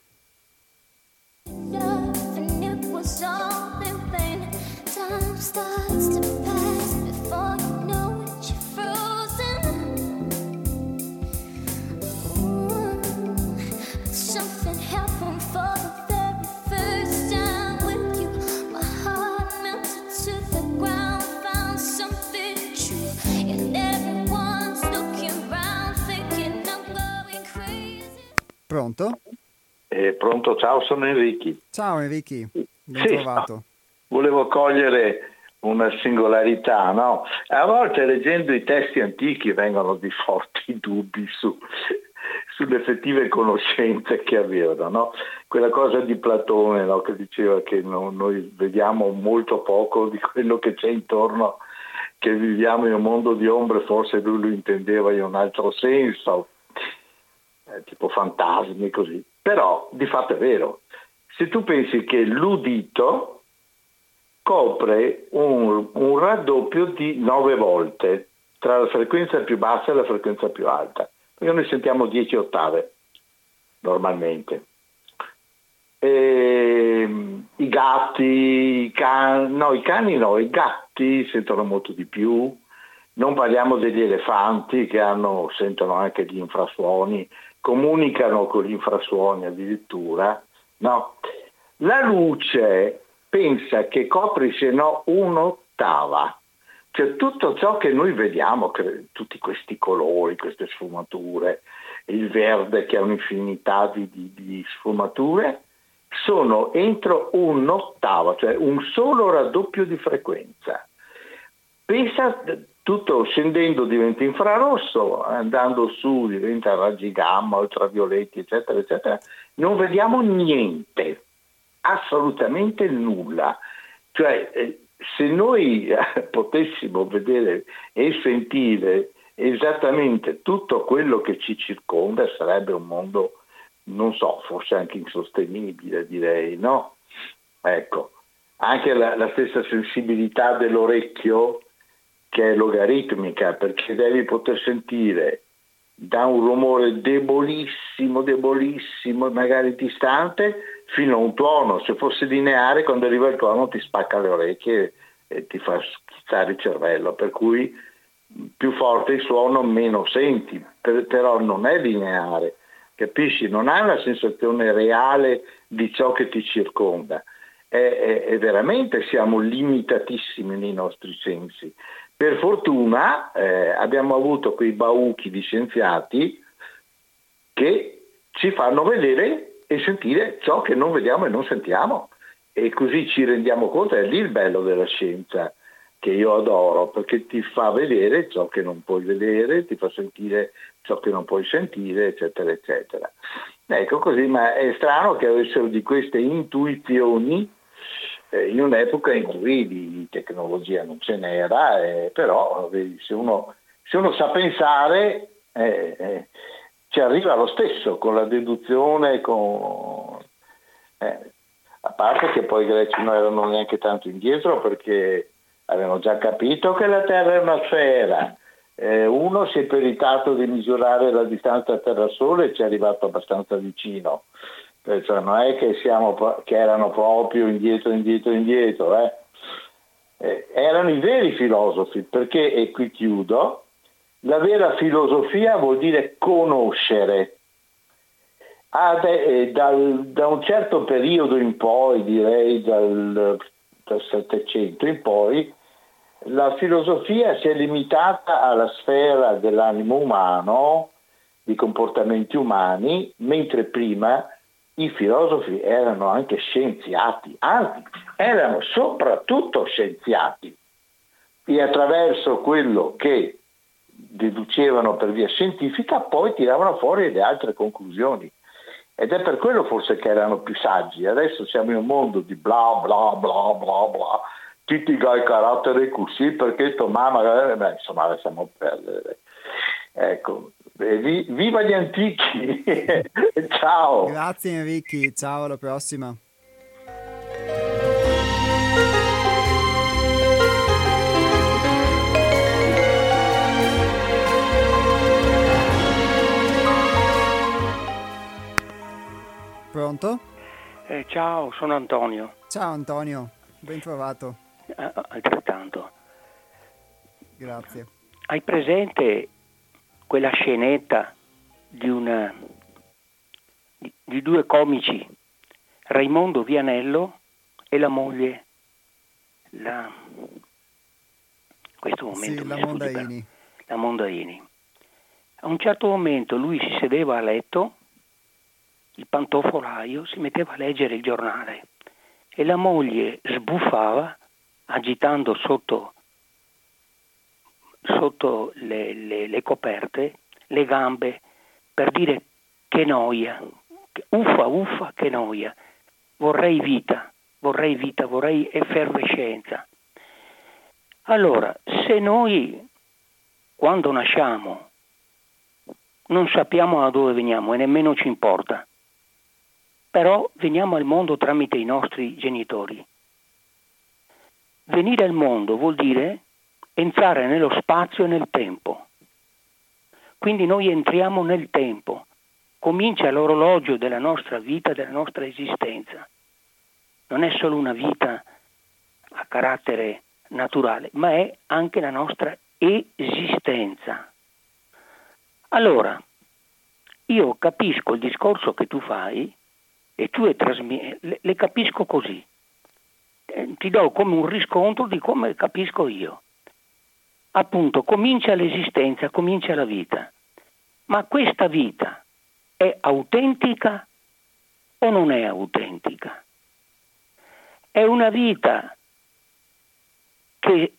S1: Pronto?
S4: Eh, pronto, ciao, sono Enrico.
S1: Ciao Enrico, ben
S4: sì,
S1: trovato.
S4: Volevo cogliere una singolarità, no? A volte leggendo i testi antichi vengono di forti dubbi su, sulle effettive conoscenze che avevano, no? Quella cosa di Platone, no? Che diceva che no, noi vediamo molto poco di quello che c'è intorno, che viviamo in un mondo di ombre, forse lui lo intendeva in un altro senso, tipo fantasmi così, però di fatto è vero. Se tu pensi che l'udito copre un, un raddoppio di nove volte tra la frequenza più bassa e la frequenza più alta, perché noi sentiamo dieci ottave normalmente. E, i gatti, i cani, no, i cani no, i gatti sentono molto di più. Non parliamo degli elefanti che hanno, sentono anche gli infrasuoni, comunicano con gli infrasuoni addirittura, no? La luce pensa che copri se no un'ottava, cioè tutto ciò che noi vediamo, tutti questi colori, queste sfumature, il verde che ha un'infinità di, di, di sfumature, sono entro un'ottava, cioè un solo raddoppio di frequenza. Pensa, tutto scendendo diventa infrarosso, andando su diventa raggi gamma, ultravioletti, eccetera, eccetera. Non vediamo niente, assolutamente nulla. Cioè, eh, se noi eh, potessimo vedere e sentire esattamente tutto quello che ci circonda, sarebbe un mondo, non so, forse anche insostenibile, direi, no? Ecco, anche la, la stessa sensibilità dell'orecchio, che è logaritmica, perché devi poter sentire da un rumore debolissimo, debolissimo, magari distante, fino a un tuono. Se fosse lineare, quando arriva il tuono ti spacca le orecchie e ti fa schizzare il cervello, per cui più forte il suono meno senti, per, però non è lineare, capisci? Non hai una sensazione reale di ciò che ti circonda. E veramente siamo limitatissimi nei nostri sensi. Per fortuna eh, abbiamo avuto quei bauchi di scienziati che ci fanno vedere e sentire ciò che non vediamo e non sentiamo, e così ci rendiamo conto. È lì il bello della scienza, che io adoro, perché ti fa vedere ciò che non puoi vedere, ti fa sentire ciò che non puoi sentire, eccetera, eccetera. Ecco così, ma è strano che avessero di queste intuizioni in un'epoca in cui di tecnologia non ce n'era, eh, però vedi, se, uno, se uno sa pensare eh, eh, ci arriva lo stesso con la deduzione, con, eh, a parte che poi i greci non erano neanche tanto indietro, perché avevano già capito che la Terra è una sfera. Eh, uno si è peritato di misurare la distanza Terra-Sole e ci è arrivato abbastanza vicino. Cioè, non è che siamo che erano proprio indietro, indietro, indietro, eh. eh, erano i veri filosofi, perché, e qui chiudo, la vera filosofia vuol dire conoscere. Ah, eh, dal, da un certo periodo in poi, direi dal, dal Settecento in poi, la filosofia si è limitata alla sfera dell'animo umano, di comportamenti umani, mentre prima i filosofi erano anche scienziati, anzi erano soprattutto scienziati, e attraverso quello che deducevano per via scientifica poi tiravano fuori le altre conclusioni. Ed è per quello forse che erano più saggi. Adesso siamo in un mondo di bla bla bla bla bla, tutti i caratteri così, perché tua mamma, beh, insomma, lasciamo perdere. Ecco, vi, viva gli antichi! Ciao!
S1: Grazie Enrico, ciao, alla prossima. Pronto?
S5: Eh, ciao, sono Antonio.
S1: Ciao Antonio, ben trovato.
S5: Eh, altrettanto.
S1: Grazie.
S5: Hai presente quella scenetta di una di, di due comici, Raimondo Vianello e la moglie, la in questo momento
S1: sì, la
S5: mi
S1: Mondaini.
S5: Per, la Mondaini. A un certo momento lui si sedeva a letto, il pantofolaio, si metteva a leggere il giornale e la moglie sbuffava agitando sotto, sotto le, le, le coperte le gambe per dire che noia, uffa uffa che noia, vorrei vita, vorrei vita, vorrei effervescenza. Allora, se noi quando nasciamo non sappiamo da dove veniamo e nemmeno ci importa, però veniamo al mondo tramite i nostri genitori. Venire al mondo vuol dire entrare nello spazio e nel tempo. Quindi noi entriamo nel tempo. Comincia l'orologio della nostra vita, della nostra esistenza. Non è solo una vita a carattere naturale, ma è anche la nostra esistenza. Allora, io capisco il discorso che tu fai e tu le, trasmi- le, le capisco così. Eh, ti do come un riscontro di come capisco io. Appunto, comincia l'esistenza, comincia la vita. Ma questa vita è autentica o non è autentica? È una vita che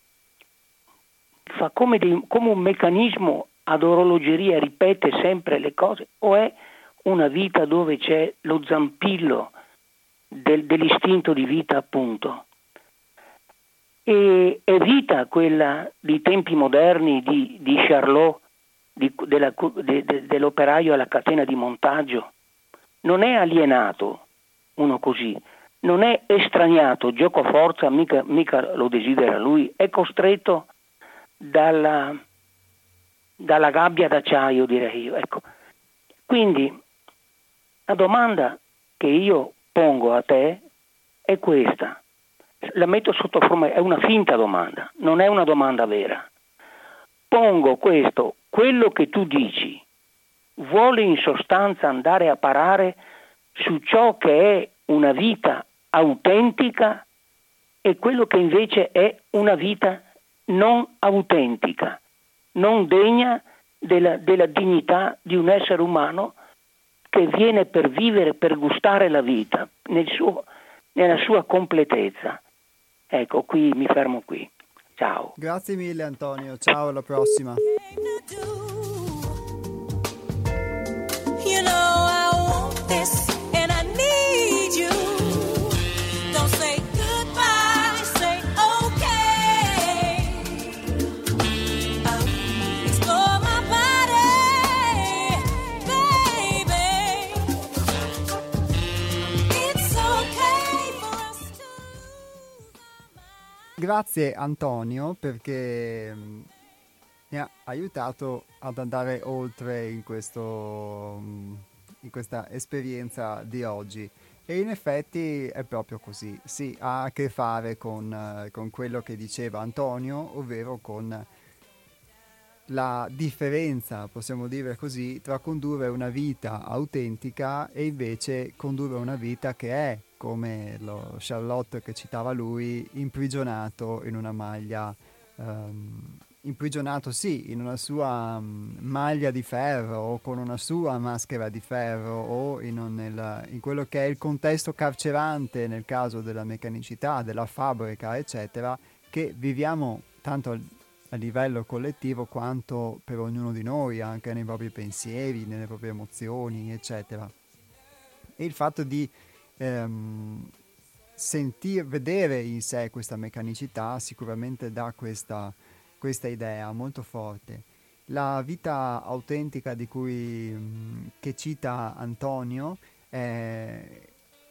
S5: fa come, dei, come un meccanismo ad orologeria, ripete sempre le cose, o è una vita dove c'è lo zampillo del, dell'istinto di vita, appunto? E è vita quella dei tempi moderni di, di Charlot, di, della, de, de, dell'operaio alla catena di montaggio? Non è alienato uno così, non è estraniato, gioco a forza, mica, mica lo desidera lui, è costretto dalla, dalla gabbia d'acciaio, direi io. Ecco. Quindi la domanda che io pongo a te è questa, la metto sotto forma, è una finta domanda, non è una domanda vera. Pongo questo, quello che tu dici vuole in sostanza andare a parare su ciò che è una vita autentica e quello che invece è una vita non autentica, non degna della, della dignità di un essere umano che viene per vivere, per gustare la vita nel suo, nella sua completezza. Ecco, qui mi fermo qui. Ciao.
S1: Grazie mille Antonio, ciao, alla prossima.
S6: You know I want this and I need you. Don't say goodbye, say okay. Oh, explore my body, baby. It's okay for us to.
S1: Grazie Antonio perché mi ha aiutato ad andare oltre in questo, in questa esperienza di oggi. E in effetti è proprio così, sì, ha a che fare con, eh, con quello che diceva Antonio, ovvero con la differenza, possiamo dire così, tra condurre una vita autentica e invece condurre una vita che è, come lo Charlotte che citava lui, imprigionato in una maglia, ehm, imprigionato sì, in una sua mm, maglia di ferro o con una sua maschera di ferro o in, un- nel- in quello che è il contesto carcerante nel caso della meccanicità, della fabbrica, eccetera, che viviamo tanto a livello collettivo quanto per ognuno di noi, anche nei propri pensieri, nelle proprie emozioni, eccetera. E il fatto di ehm, sentir, vedere in sé questa meccanicità sicuramente dà questa, questa idea molto forte. La vita autentica di cui mh, che cita Antonio è,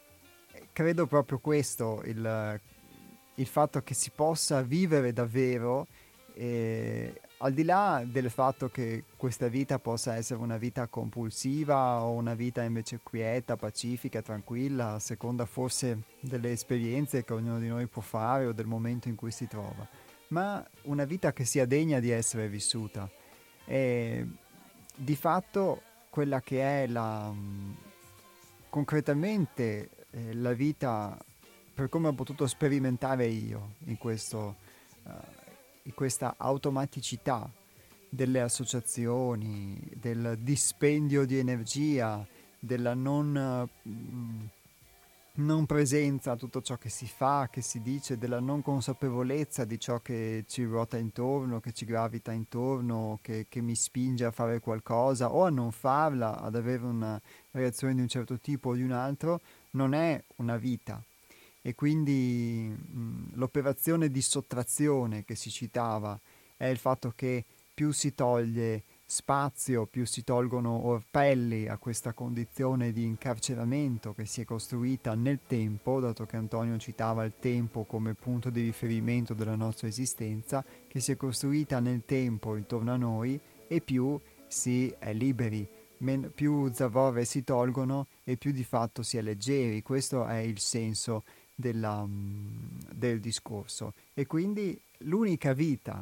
S1: credo proprio questo, il, il fatto che si possa vivere davvero, e al di là del fatto che questa vita possa essere una vita compulsiva o una vita invece quieta, pacifica, tranquilla, a seconda forse delle esperienze che ognuno di noi può fare o del momento in cui si trova, ma una vita che sia degna di essere vissuta. E di fatto quella che è la mh, concretamente eh, la vita per come ho potuto sperimentare io in questo eh, in questa automaticità delle associazioni, del dispendio di energia, della non, eh, mh, non presenza a tutto ciò che si fa, che si dice, della non consapevolezza di ciò che ci ruota intorno, che ci gravita intorno, che, che mi spinge a fare qualcosa o a non farla, ad avere una reazione di un certo tipo o di un altro, non è una vita. E quindi mh, l'operazione di sottrazione che si citava è il fatto che più si toglie spazio, più si tolgono orpelli a questa condizione di incarceramento che si è costruita nel tempo, dato che Antonio citava il tempo come punto di riferimento della nostra esistenza, che si è costruita nel tempo intorno a noi, e più si è liberi, men- più zavorre si tolgono e più di fatto si è leggeri. Questo è il senso della, mm, del discorso. E quindi l'unica vita,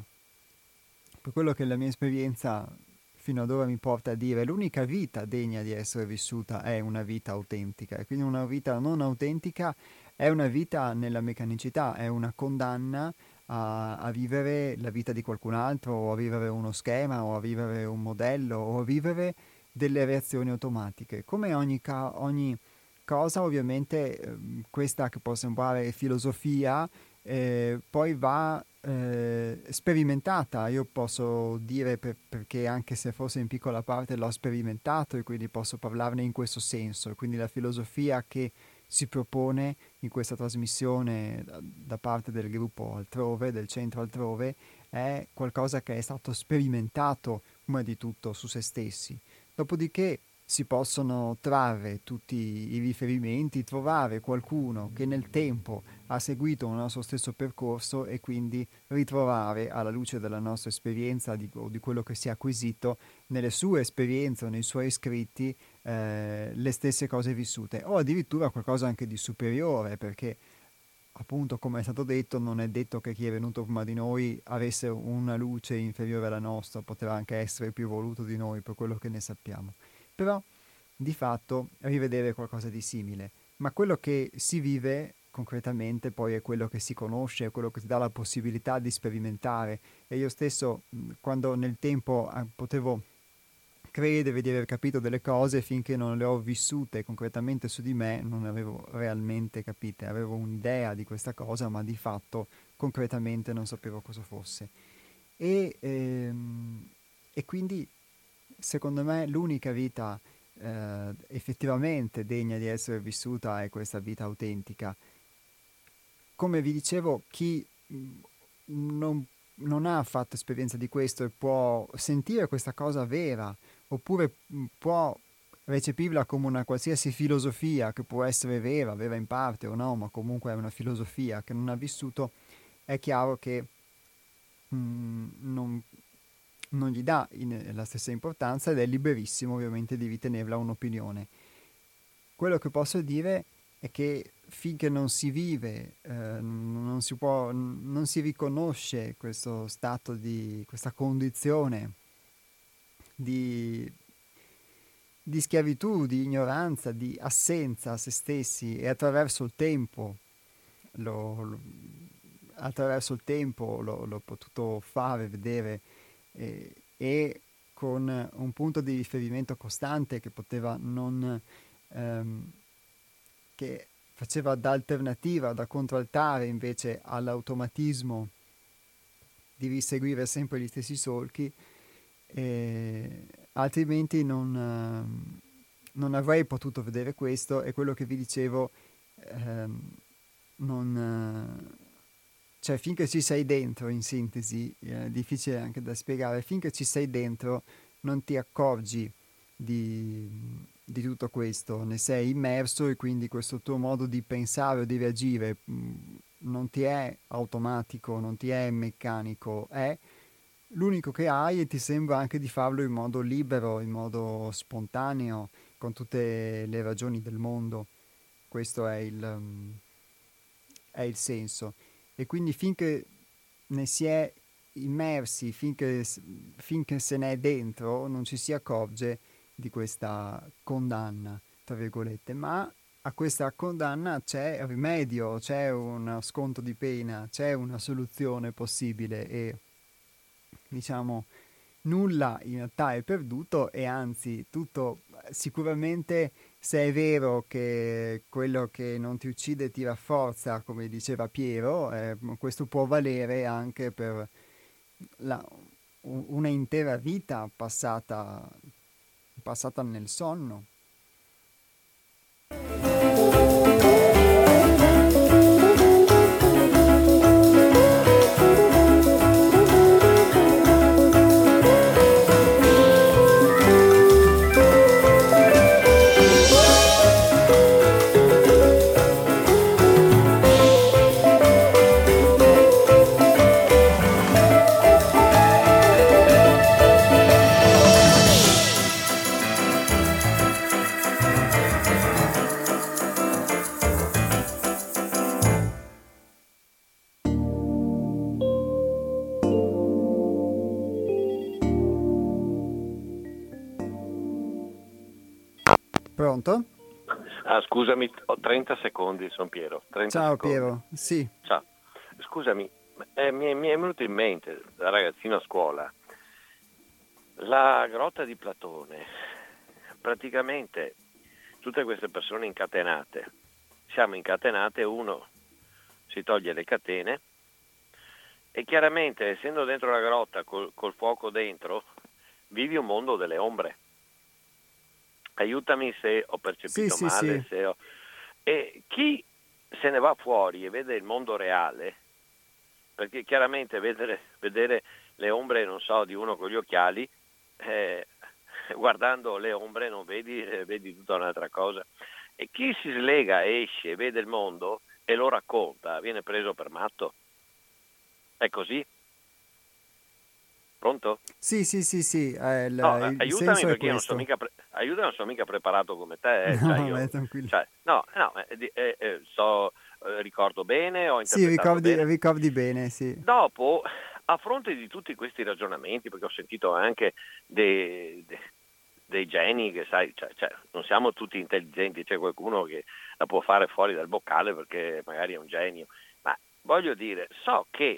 S1: per quello che la mia esperienza fino ad ora mi porta a dire, l'unica vita degna di essere vissuta è una vita autentica, e quindi una vita non autentica è una vita nella meccanicità, è una condanna a, a vivere la vita di qualcun altro, o a vivere uno schema, o a vivere un modello, o a vivere delle reazioni automatiche. Come ogni, ca- ogni cosa, ovviamente, ehm, questa che può sembrare filosofia, eh, poi va eh, sperimentata. Io posso dire per- perché anche se forse in piccola parte l'ho sperimentato e quindi posso parlarne in questo senso. E quindi la filosofia che si propone in questa trasmissione da, da parte del gruppo altrove, del centro altrove, è qualcosa che è stato sperimentato prima di tutto su se stessi. Dopodiché si possono trarre tutti i riferimenti, trovare qualcuno che nel tempo ha seguito il nostro stesso percorso e quindi ritrovare alla luce della nostra esperienza di, o di quello che si è acquisito nelle sue esperienze o nei suoi scritti eh, le stesse cose vissute, o addirittura qualcosa anche di superiore, perché appunto, come è stato detto, non è detto che chi è venuto prima di noi avesse una luce inferiore alla nostra, poteva anche essere più evoluto di noi per quello che ne sappiamo. Però di fatto rivedere qualcosa di simile, ma quello che si vive concretamente poi è quello che si conosce, è quello che ti dà la possibilità di sperimentare. E io stesso, mh, quando nel tempo eh, potevo credere di aver capito delle cose, finché non le ho vissute concretamente su di me, non le avevo realmente capite. Avevo un'idea di questa cosa, ma di fatto concretamente non sapevo cosa fosse. E, ehm, e quindi secondo me l'unica vita eh, effettivamente degna di essere vissuta è questa vita autentica. Come vi dicevo, chi mh, non, non ha fatto esperienza di questo e può sentire questa cosa vera, oppure mh, può recepirla come una qualsiasi filosofia che può essere vera, vera in parte o no, ma comunque è una filosofia che non ha vissuto, è chiaro che mh, non, non gli dà in- la stessa importanza ed è liberissimo ovviamente di ritenerla un'opinione. Quello che posso dire è che finché non si vive, eh, non si può, non si riconosce questo stato di, questa condizione di, di schiavitù, di ignoranza, di assenza a se stessi e attraverso il tempo, lo, lo- attraverso il tempo l'ho, l'ho potuto fare, vedere eh, e con un punto di riferimento costante che poteva non ehm, che faceva da alternativa, da contraltare invece all'automatismo di riseguire sempre gli stessi solchi, eh, altrimenti non, ehm, non avrei potuto vedere questo e quello che vi dicevo, ehm, non, eh, cioè finché ci sei dentro, in sintesi, è difficile anche da spiegare, finché ci sei dentro non ti accorgi di, di tutto questo, ne sei immerso e quindi questo tuo modo di pensare o di reagire mh, non ti è automatico, non ti è meccanico, è l'unico che hai e ti sembra anche di farlo in modo libero, in modo spontaneo, con tutte le ragioni del mondo. Questo è il, um, è il senso. E quindi finché ne si è immersi, finché, s- finché se ne è dentro, non ci si accorge di questa condanna, tra virgolette, ma a questa condanna c'è rimedio, c'è uno sconto di pena, c'è una soluzione possibile e diciamo nulla in realtà è perduto e anzi tutto sicuramente, se è vero che quello che non ti uccide ti rafforza, come diceva Piero, eh, questo può valere anche per la, u- una intera vita passata, passata nel sonno. Pronto?
S2: Ah, scusami, ho trenta secondi, sono Piero. trenta
S1: Ciao
S2: secondi.
S1: Piero, sì.
S2: Ciao. Scusami, eh, mi, è, mi è venuto in mente da ragazzino a scuola la grotta di Platone. Praticamente tutte queste persone incatenate, siamo incatenate, uno si toglie le catene e chiaramente essendo dentro la grotta col, col fuoco dentro vivi un mondo delle ombre. Aiutami se ho percepito
S1: Sì, sì,
S2: male,
S1: sì.
S2: se ho... E chi se ne va fuori e vede il mondo reale, perché chiaramente vedere, vedere le ombre, non so, di uno con gli occhiali, eh, guardando le ombre non vedi, eh, vedi tutta un'altra cosa. E chi si slega, esce, vede il mondo e lo racconta, viene preso per matto. È così? Pronto?
S1: Sì, sì, sì, sì, eh, il,
S2: No,
S1: il- il
S2: aiutami
S1: senso è
S2: perché io non sono
S1: questo.
S2: mica, pre- aiutami, non sono mica preparato come te, eh.
S1: No,
S2: Cioè
S1: vabbè,
S2: io,
S1: tranquillo.
S2: cioè, no, no, eh, di- eh, eh, so, eh, ricordo bene, ho
S1: Sì,
S2: interpretato
S1: ricordi,
S2: bene.
S1: ricordi bene, sì.
S2: Dopo, a fronte di tutti questi ragionamenti, perché ho sentito anche dei, dei- dei geni che sai, cioè, cioè, non siamo tutti intelligenti, c'è qualcuno che la può fare fuori dal boccale perché magari è un genio, ma voglio dire, so che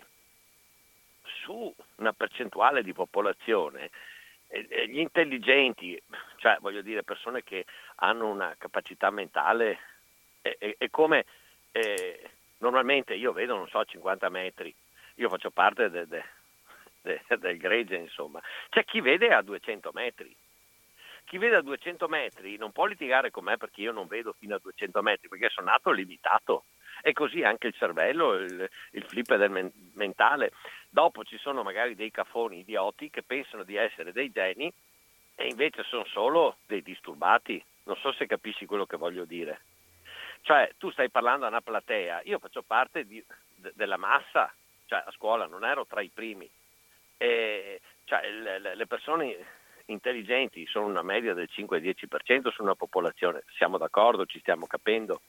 S2: su una percentuale di popolazione eh, eh, gli intelligenti, cioè voglio dire persone che hanno una capacità mentale, è, è- è come eh, normalmente io vedo, non so, a cinquanta metri, io faccio parte de- de- de- del gregge, insomma, c'è chi vede a duecento metri. Chi vede a duecento metri non può litigare con me perché io non vedo fino a duecento metri, perché sono nato limitato. E così anche il cervello, il, il flip del men- mentale. Dopo ci sono magari dei cafoni idioti che pensano di essere dei geni e invece sono solo dei disturbati. Non so se capisci quello che voglio dire. Cioè, tu stai parlando a una platea, io faccio parte di- de- della massa, cioè a scuola non ero tra i primi. E cioè le, le- le persone intelligenti sono una media del cinque-dieci per cento su una popolazione, siamo d'accordo, ci stiamo capendo.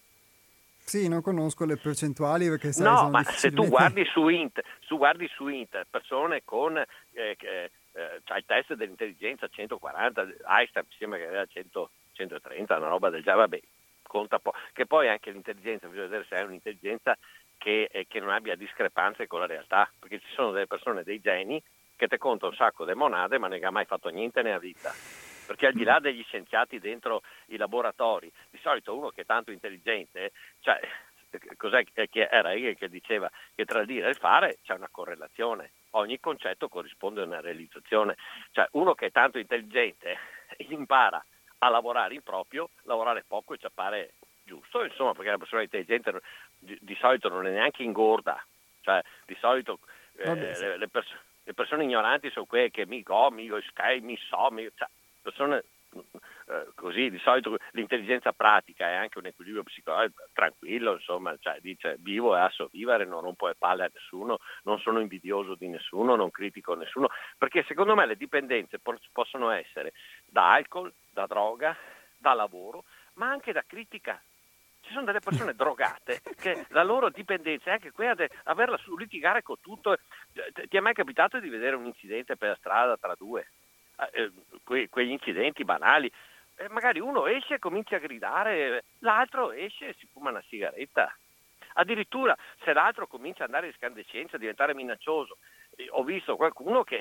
S1: Sì, non conosco le percentuali perché sai,
S2: No,
S1: sono
S2: ma se tu
S1: difficilmente...
S2: guardi su Inter, su guardi su Inter persone con eh, che, eh, c'ha il test dell'intelligenza centoquaranta, Einstein mi sembra che aveva cento, centotrenta, una roba del genere, vabbè, conta po'. Che poi anche l'intelligenza, bisogna vedere se è un'intelligenza che, eh, che non abbia discrepanze con la realtà, perché ci sono delle persone, dei geni, che te conta un sacco di monade ma non ha mai fatto niente nella vita. Perché al di là degli scienziati dentro i laboratori, di solito uno che è tanto intelligente, cioè, cos'è che era Hegel che diceva che tra il dire e il fare c'è una correlazione, ogni concetto corrisponde a una realizzazione, cioè uno che è tanto intelligente impara a lavorare in proprio, lavorare poco e ci appare giusto, insomma, perché la persona intelligente di, di solito non è neanche ingorda, cioè di solito eh, le, le, pers- le persone ignoranti sono quelle che mi go, mi sky, mi so, mi, cioè, persone eh, così, di solito l'intelligenza pratica è anche un equilibrio psicologico tranquillo, insomma, cioè dice vivo e asso vivere, non rompo le palle a nessuno, non sono invidioso di nessuno, non critico nessuno, perché secondo me le dipendenze po- possono essere da alcol, da droga, da lavoro, ma anche da critica. Ci sono delle persone drogate che la loro dipendenza è anche quella di averla su litigare con tutto. Ti è mai capitato di vedere un incidente per la strada tra due? Eh, que- quegli incidenti banali, eh, magari uno esce e comincia a gridare, l'altro esce e si fuma una sigaretta. Addirittura se l'altro comincia ad andare in scandescenza, a diventare minaccioso, eh, ho visto qualcuno che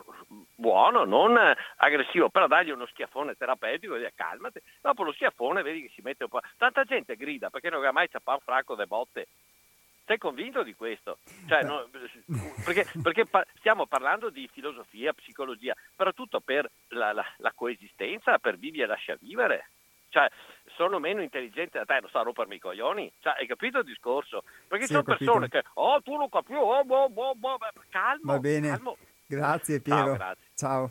S2: buono, non aggressivo, però dagli uno schiaffone terapeutico e dire calmati, dopo lo schiaffone vedi che si mette un po', tanta gente grida perché non ha mai ciappato un fracco de botte. Sei convinto di questo? Cioè, no, perché perché pa- stiamo parlando di filosofia, psicologia, però tutto per la, la, la coesistenza, per vivi e lascia vivere. Cioè, sono meno intelligenti da te, non sta a rompermi i coglioni. Cioè, hai capito il discorso? Perché
S1: Sì,
S2: sono
S1: ho capito.
S2: persone che, oh, tu non capisci, oh, boh, boh, boh, calmo,
S1: Va bene,
S2: calmo.
S1: grazie
S2: Ciao,
S1: Piero.
S2: grazie.
S1: Ciao.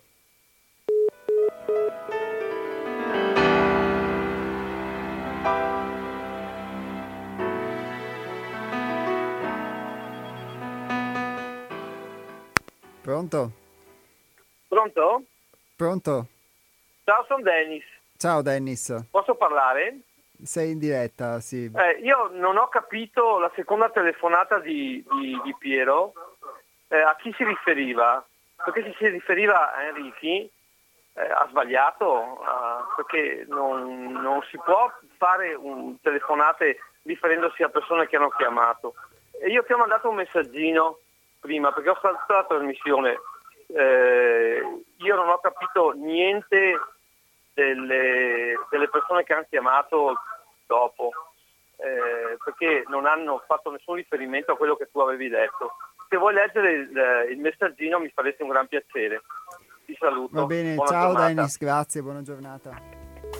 S1: Pronto?
S7: Pronto?
S1: Pronto?
S7: Ciao, sono Dennis.
S1: Ciao Dennis,
S7: Posso parlare?
S1: sei in diretta, sì.
S7: Eh, io non ho capito la seconda telefonata di, di, di Piero, eh, a chi si riferiva? Perché se si riferiva a Enrichi eh, ha sbagliato, eh, perché non, non si può fare un, telefonate riferendosi a persone che hanno chiamato. E io ti ho mandato un messaggino prima perché ho ascoltato la trasmissione, eh, io non ho capito niente delle, delle persone che hanno chiamato dopo, eh, perché non hanno fatto nessun riferimento a quello che tu avevi detto. Se vuoi leggere il, il messaggino mi faresti un gran piacere. Ti saluto.
S1: Va bene,
S7: Buona
S1: ciao
S7: giornata.
S1: Dennis, grazie, buona giornata.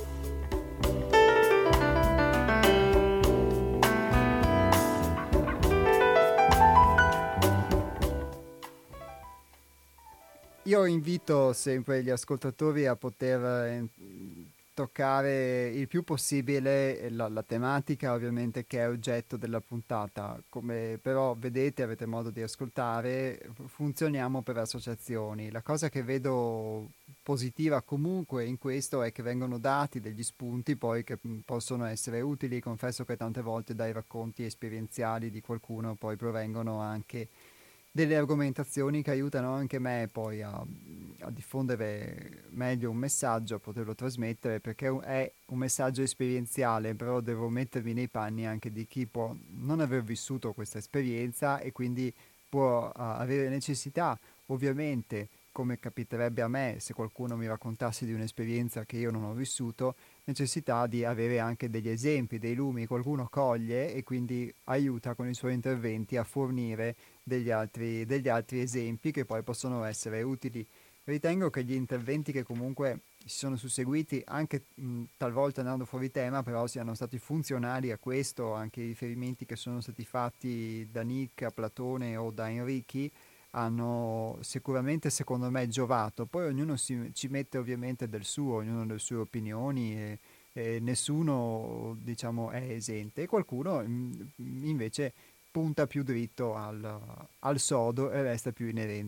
S1: Io invito sempre gli ascoltatori a poter eh, toccare il più possibile la, la tematica ovviamente che è oggetto della puntata, come però vedete, avete modo di ascoltare, funzioniamo per associazioni. La cosa che vedo positiva comunque in questo è che vengono dati degli spunti poi che mh, possono essere utili. Confesso che tante volte dai racconti esperienziali di qualcuno poi provengono anche delle argomentazioni che aiutano anche me poi a, a diffondere meglio un messaggio, a poterlo trasmettere, perché è un messaggio esperienziale, però devo mettermi nei panni anche di chi può non aver vissuto questa esperienza e quindi può uh, avere necessità, ovviamente, come capiterebbe a me se qualcuno mi raccontasse di un'esperienza che io non ho vissuto, necessità di avere anche degli esempi, dei lumi, qualcuno coglie e quindi aiuta con i suoi interventi a fornire degli altri, degli altri esempi che poi possono essere utili. Ritengo che gli interventi che comunque si sono susseguiti, anche mh, talvolta andando fuori tema, però siano stati funzionali a questo, anche i riferimenti che sono stati fatti da Nick a Platone o da Enrichi, hanno sicuramente secondo me giovato. Poi ognuno si, ci mette ovviamente del suo, ognuno ha le sue opinioni e, e nessuno diciamo è esente e qualcuno mh, invece punta più dritto al, al sodo e resta più inerente.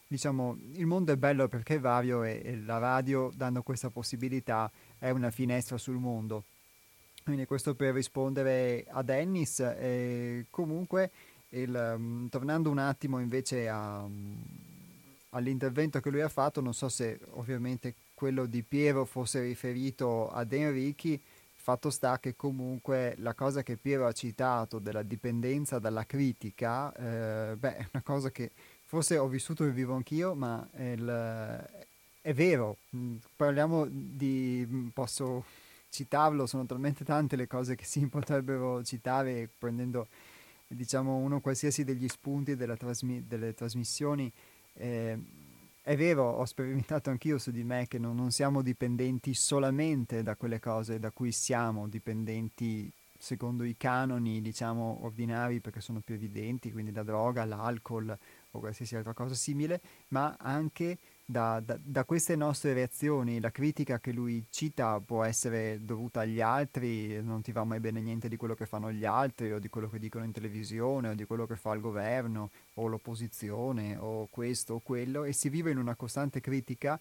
S1: diciamo, il mondo è bello perché è vario e, e la radio, dando questa possibilità, è una finestra sul mondo. Quindi questo per rispondere a Dennis. E comunque, il, um, tornando un attimo invece a, um, all'intervento che lui ha fatto, non so se ovviamente quello di Piero fosse riferito ad Enrichi, fatto sta che comunque la cosa che Piero ha citato della dipendenza dalla critica, eh, beh, è una cosa che forse ho vissuto e vivo anch'io, ma il, è vero. Mm, parliamo di, mm, posso citarlo, sono talmente tante le cose che si potrebbero citare prendendo, diciamo, uno qualsiasi degli spunti della trasmi- delle trasmissioni. Eh, è vero, ho sperimentato anch'io su di me che non, non siamo dipendenti solamente da quelle cose da cui siamo dipendenti secondo i canoni, diciamo, ordinari, perché sono più evidenti, quindi la droga, l'alcol o qualsiasi altra cosa simile, ma anche da, da, da queste nostre reazioni. La critica che lui cita può essere dovuta agli altri, non ti va mai bene niente di quello che fanno gli altri, o di quello che dicono in televisione, o di quello che fa il governo, o l'opposizione, o questo o quello, e si vive in una costante critica.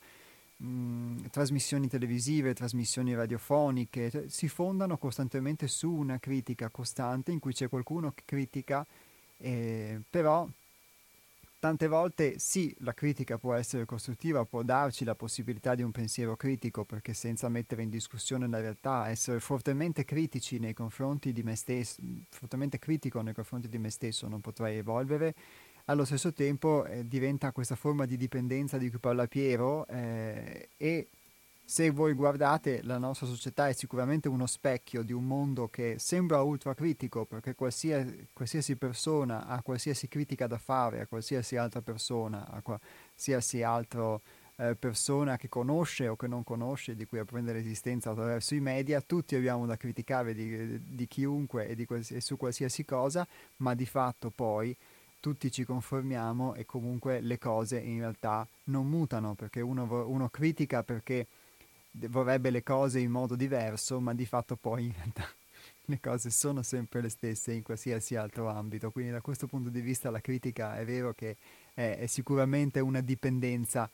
S1: Mh, trasmissioni televisive, trasmissioni radiofoniche, cioè, si fondano costantemente su una critica costante in cui c'è qualcuno che critica, eh, però tante volte sì, la critica può essere costruttiva, può darci la possibilità di un pensiero critico, perché senza mettere in discussione la realtà, essere fortemente critici nei confronti di me stesso, fortemente critico nei confronti di me stesso, non potrei evolvere. Allo stesso tempo eh, diventa questa forma di dipendenza di cui parla Piero, eh, e se voi guardate, la nostra società è sicuramente uno specchio di un mondo che sembra ultracritico, perché qualsiasi, qualsiasi persona ha qualsiasi critica da fare a qualsiasi altra persona, a qualsiasi altra eh, persona che conosce o che non conosce, di cui apprende l'esistenza attraverso i media. Tutti abbiamo da criticare di, di chiunque e, di quals- e su qualsiasi cosa, ma di fatto poi tutti ci conformiamo e comunque le cose in realtà non mutano, perché uno, vo- uno critica perché vorrebbe le cose in modo diverso, ma di fatto poi in realtà le cose sono sempre le stesse in qualsiasi altro ambito. Quindi da questo punto di vista la critica è vero che è, è sicuramente una dipendenza,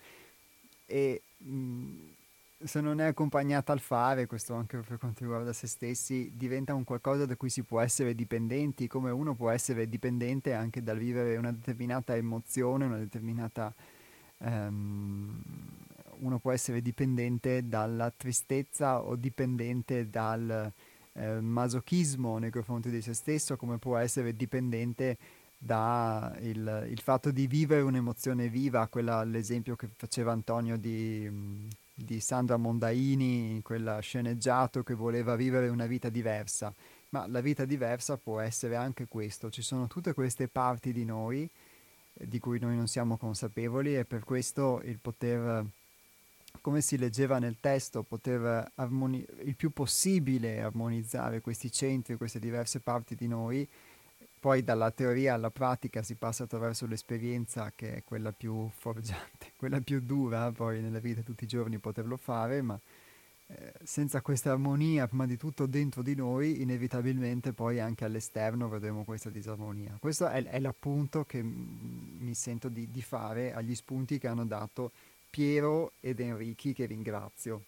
S1: e mh, se non è accompagnata al fare, questo anche per quanto riguarda se stessi, diventa un qualcosa da cui si può essere dipendenti, come uno può essere dipendente anche dal vivere una determinata emozione, una determinata um, uno può essere dipendente dalla tristezza o dipendente dal eh, masochismo nei confronti di se stesso, come può essere dipendente da il, il fatto di vivere un'emozione viva, quella l'esempio che faceva Antonio di, di Sandra Mondaini, in quella sceneggiato che voleva vivere una vita diversa. Ma la vita diversa può essere anche questo, ci sono tutte queste parti di noi eh, di cui noi non siamo consapevoli, e per questo il poter, come si leggeva nel testo, poter armoni- il più possibile armonizzare questi centri, queste diverse parti di noi. Poi dalla teoria alla pratica si passa attraverso l'esperienza, che è quella più forgiante, quella più dura, poi nella vita tutti i giorni poterlo fare, ma eh, senza questa armonia, prima di tutto dentro di noi, inevitabilmente poi anche all'esterno vedremo questa disarmonia. Questo è, è l'appunto che m- mi sento di, di fare agli spunti che hanno dato Piero ed Enrichi, che ringrazio.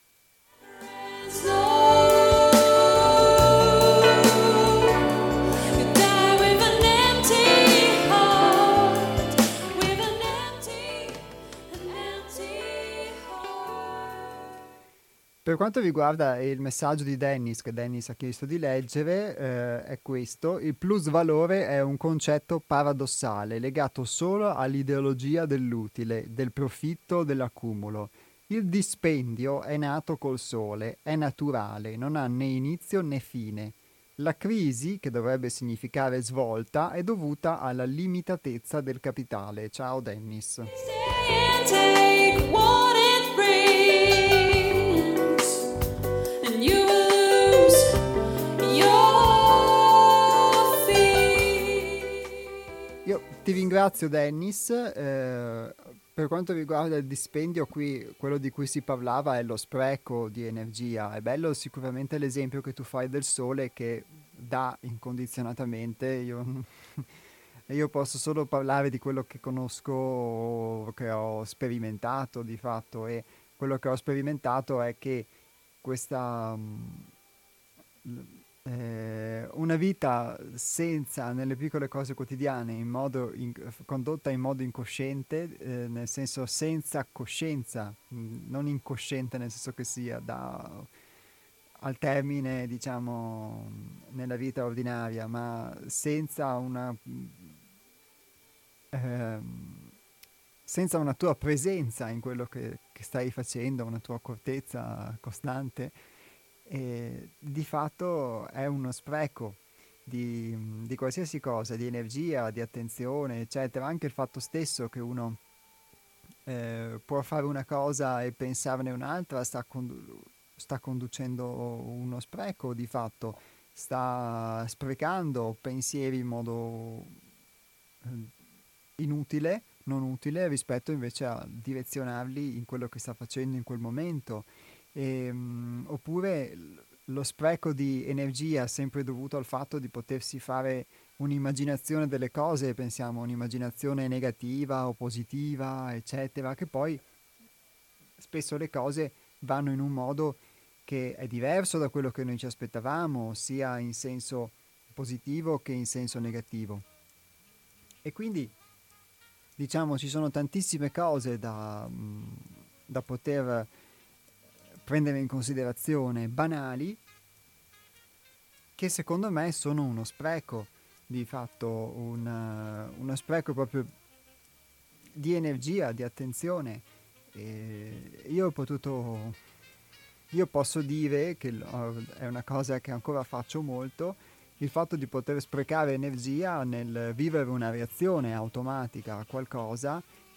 S1: Per quanto riguarda il messaggio di Dennis, che Dennis ha chiesto di leggere, eh, è questo: il plus valore è un concetto paradossale, legato solo all'ideologia dell'utile, del profitto, dell'accumulo. Il dispendio è nato col sole, è naturale, non ha né inizio né fine. La crisi, che dovrebbe significare svolta, è dovuta alla limitatezza del capitale. Ciao Dennis. Io ti ringrazio Dennis, eh, per quanto riguarda il dispendio, qui quello di cui si parlava è lo spreco di energia. È bello sicuramente l'esempio che tu fai del sole, che dà incondizionatamente. Io e io posso solo parlare di quello che conosco, che ho sperimentato di fatto, e quello che ho sperimentato è che questa mm, eh, una vita senza, nelle piccole cose quotidiane, in modo in- condotta in modo incosciente, eh, nel senso senza coscienza, mm, non incosciente nel senso che sia da al termine, diciamo, nella vita ordinaria, ma senza una ehm, senza una tua presenza in quello che, che stai facendo, una tua accortezza costante, e di fatto è uno spreco di, di qualsiasi cosa, di energia, di attenzione, eccetera. Anche il fatto stesso che uno eh, può fare una cosa e pensarne un'altra sta, condu- sta conducendo uno spreco, di fatto sta sprecando pensieri in modo eh, inutile, non utile, rispetto invece a direzionarli in quello che sta facendo in quel momento. Ehm, oppure l- lo spreco di energia sempre dovuto al fatto di potersi fare un'immaginazione delle cose, pensiamo un'immaginazione negativa o positiva, eccetera, che poi spesso le cose vanno in un modo che è diverso da quello che noi ci aspettavamo, sia in senso positivo che in senso negativo. E quindi, diciamo, ci sono tantissime cose da, mh, da poter prendere in considerazione, banali, che secondo me sono uno spreco, di fatto un, eh, uno spreco proprio di energia, di attenzione. E io ho potuto, io posso dire che l- è una cosa che ancora faccio molto, il fatto di poter sprecare energia nel vivere una reazione automatica a qualcosa,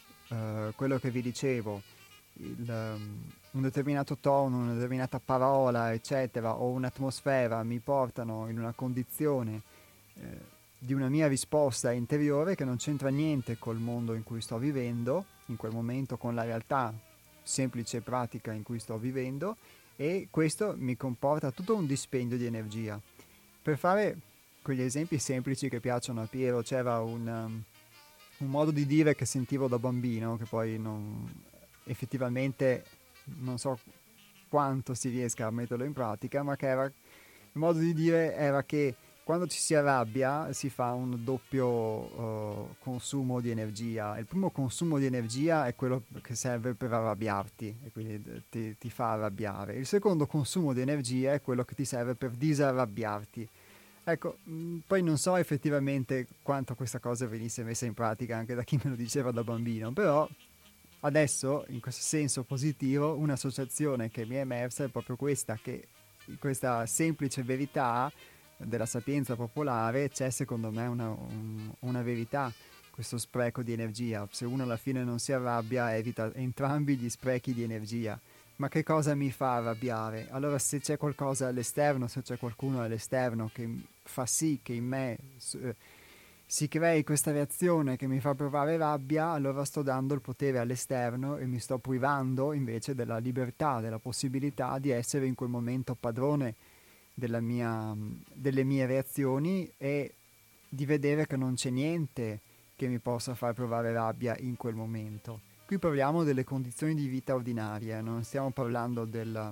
S1: eh, quello che vi dicevo, il, um, un determinato tono, una determinata parola, eccetera, o un'atmosfera mi portano in una condizione eh, di una mia risposta interiore che non c'entra niente col mondo in cui sto vivendo, in quel momento con la realtà semplice e pratica in cui sto vivendo, e questo mi comporta tutto un dispendio di energia. Per fare quegli esempi semplici che piacciono a Piero, c'era un, um, un modo di dire che sentivo da bambino, che poi non, effettivamente non so quanto si riesca a metterlo in pratica, ma che era, il modo di dire era che quando ci si arrabbia si fa un doppio uh, consumo di energia. Il primo consumo di energia è quello che serve per arrabbiarti e quindi ti, ti fa arrabbiare. Il secondo consumo di energia è quello che ti serve per disarrabbiarti. Ecco, mh, poi non so effettivamente quanto questa cosa venisse messa in pratica anche da chi me lo diceva da bambino, però adesso, in questo senso positivo, un'associazione che mi è emersa è proprio questa, che questa semplice verità della sapienza popolare c'è secondo me una, un- una verità, questo spreco di energia. Se uno alla fine non si arrabbia, evita entrambi gli sprechi di energia. Ma che cosa mi fa arrabbiare? Allora, se c'è qualcosa all'esterno, se c'è qualcuno all'esterno che fa sì che in me eh, si crei questa reazione che mi fa provare rabbia, allora sto dando il potere all'esterno e mi sto privando invece della libertà, della possibilità di essere in quel momento padrone della mia, delle mie reazioni e di vedere che non c'è niente che mi possa far provare rabbia in quel momento. Qui parliamo delle condizioni di vita ordinarie, non stiamo parlando del,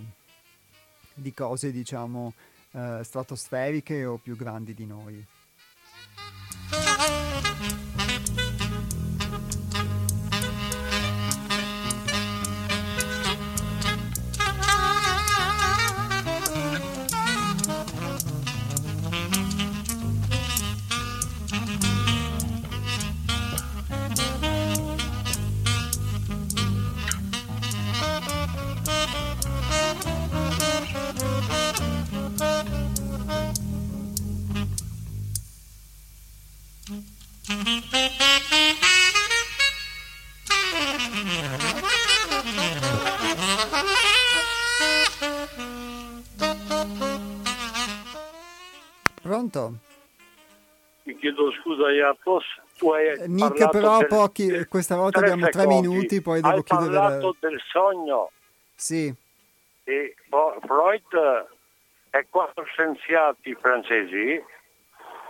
S1: di cose, diciamo, eh, stratosferiche o più grandi di noi. Pronto?
S3: Ti chiedo scusa, Iapos, tu hai
S1: Eh, Nick,
S3: parlato
S1: però
S3: del-
S1: pochi,
S3: del-
S1: questa volta
S3: tre
S1: abbiamo tre
S3: secondi.
S1: minuti, poi devo
S3: hai
S1: chiudere la...
S3: parlato del sogno
S1: Sì,
S3: e Fro- Freud e quattro scienziati francesi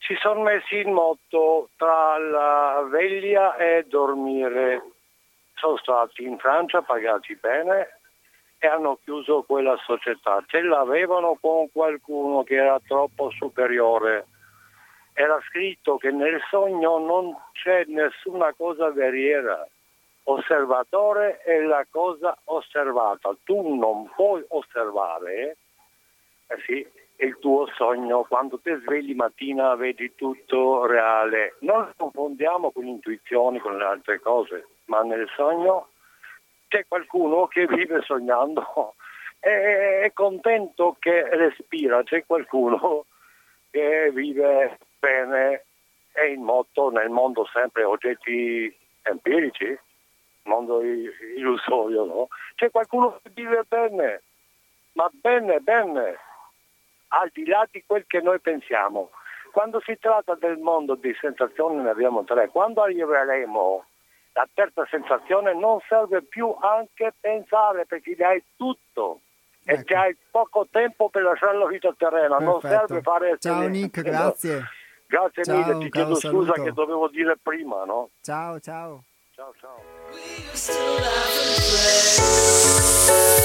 S3: si sono messi in moto tra la veglia e dormire. Sono stati in Francia pagati bene e hanno chiuso quella società. Ce l'avevano con qualcuno che era troppo superiore. Era scritto che nel sogno non c'è nessuna cosa verriera. Osservatore è la cosa osservata. Tu non puoi osservare, eh sì, il tuo sogno. Quando ti svegli mattina vedi tutto reale. Non lo confondiamo con intuizioni, con le altre cose, ma nel sogno c'è qualcuno che vive sognando, è, è contento che respira, c'è qualcuno che vive bene, è in moto nel mondo sempre oggetti empirici, mondo illusorio, no? C'è qualcuno che vive bene, ma bene, bene, al di là di quel che noi pensiamo. Quando si tratta del mondo di sensazioni ne abbiamo tre. Quando arriveremo la terza sensazione non serve più anche pensare, perché hai tutto e
S1: Ecco.
S3: che hai poco tempo per lasciare la vita terrena. Non
S1: Perfetto.
S3: serve fare
S1: Ciao
S3: esperienze,
S1: Nick,
S3: no?
S1: grazie.
S3: Grazie
S1: Ciao,
S3: mille,
S1: un
S3: ti
S1: caro
S3: chiedo scusa
S1: saluto.
S3: che dovevo dire prima, no?
S1: Ciao, ciao.
S3: Ciao, ciao.
S6: We used to laugh and play.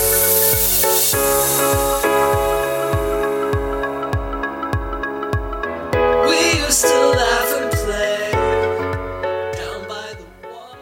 S6: We used to laugh and play down by the water.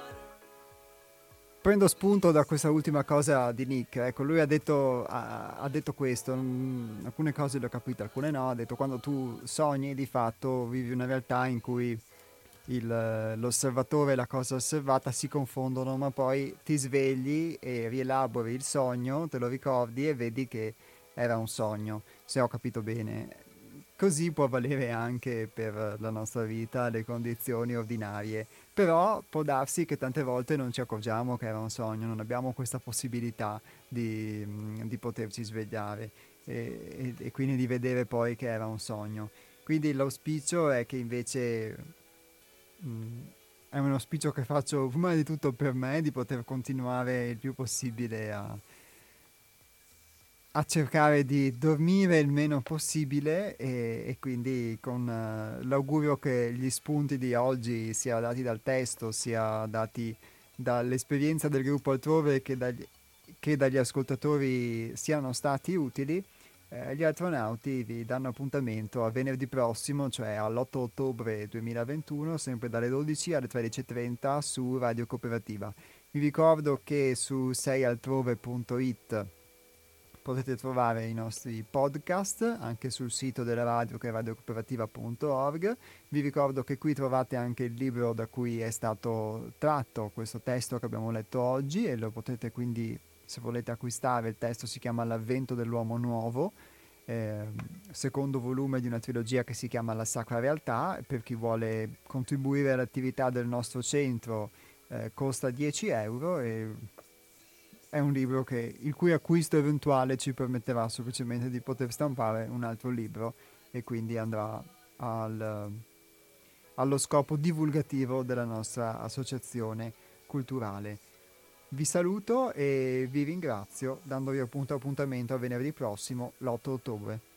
S1: Prendo spunto da questa ultima cosa di Nick. Ecco, lui ha detto, ha, ha detto questo, mm, alcune cose le ho capite, alcune no. Ha detto quando tu sogni di fatto vivi una realtà in cui il- l'osservatore e la cosa osservata si confondono, ma poi ti svegli e rielabori il sogno, te lo ricordi e vedi che era un sogno, se ho capito bene. Così può valere anche per la nostra vita, le condizioni ordinarie, però può darsi che tante volte non ci accorgiamo che era un sogno, non abbiamo questa possibilità di, mm, di poterci svegliare e, e- e quindi di vedere poi che era un sogno. Quindi l'auspicio è che invece mm, è un auspicio che faccio prima di tutto per me, di poter continuare il più possibile a a cercare di dormire il meno possibile e, e quindi con eh, l'augurio che gli spunti di oggi, sia dati dal testo, sia dati dall'esperienza del gruppo altrove che dagli, che dagli ascoltatori, siano stati utili. Eh, gli astronauti vi danno appuntamento a venerdì prossimo, cioè all'otto ottobre duemilaventuno, sempre dalle dodici alle tredici e trenta su Radio Cooperativa. Vi ricordo che su sei altrove punto it potete trovare i nostri podcast anche sul sito della radio, che è radiocooperativa punto org. Vi ricordo che qui trovate anche il libro da cui è stato tratto questo testo che abbiamo letto oggi e lo potete quindi, se volete acquistare, il testo si chiama L'avvento dell'uomo nuovo, eh, secondo volume di una trilogia che si chiama La Sacra Realtà. Per chi vuole contribuire all'attività del nostro centro eh, costa dieci euro e è un libro che, il cui acquisto eventuale ci permetterà semplicemente di poter stampare un altro libro e quindi andrà al, allo scopo divulgativo della nostra associazione culturale. Vi saluto e vi ringrazio dandovi appunto appuntamento a venerdì prossimo, l'otto ottobre.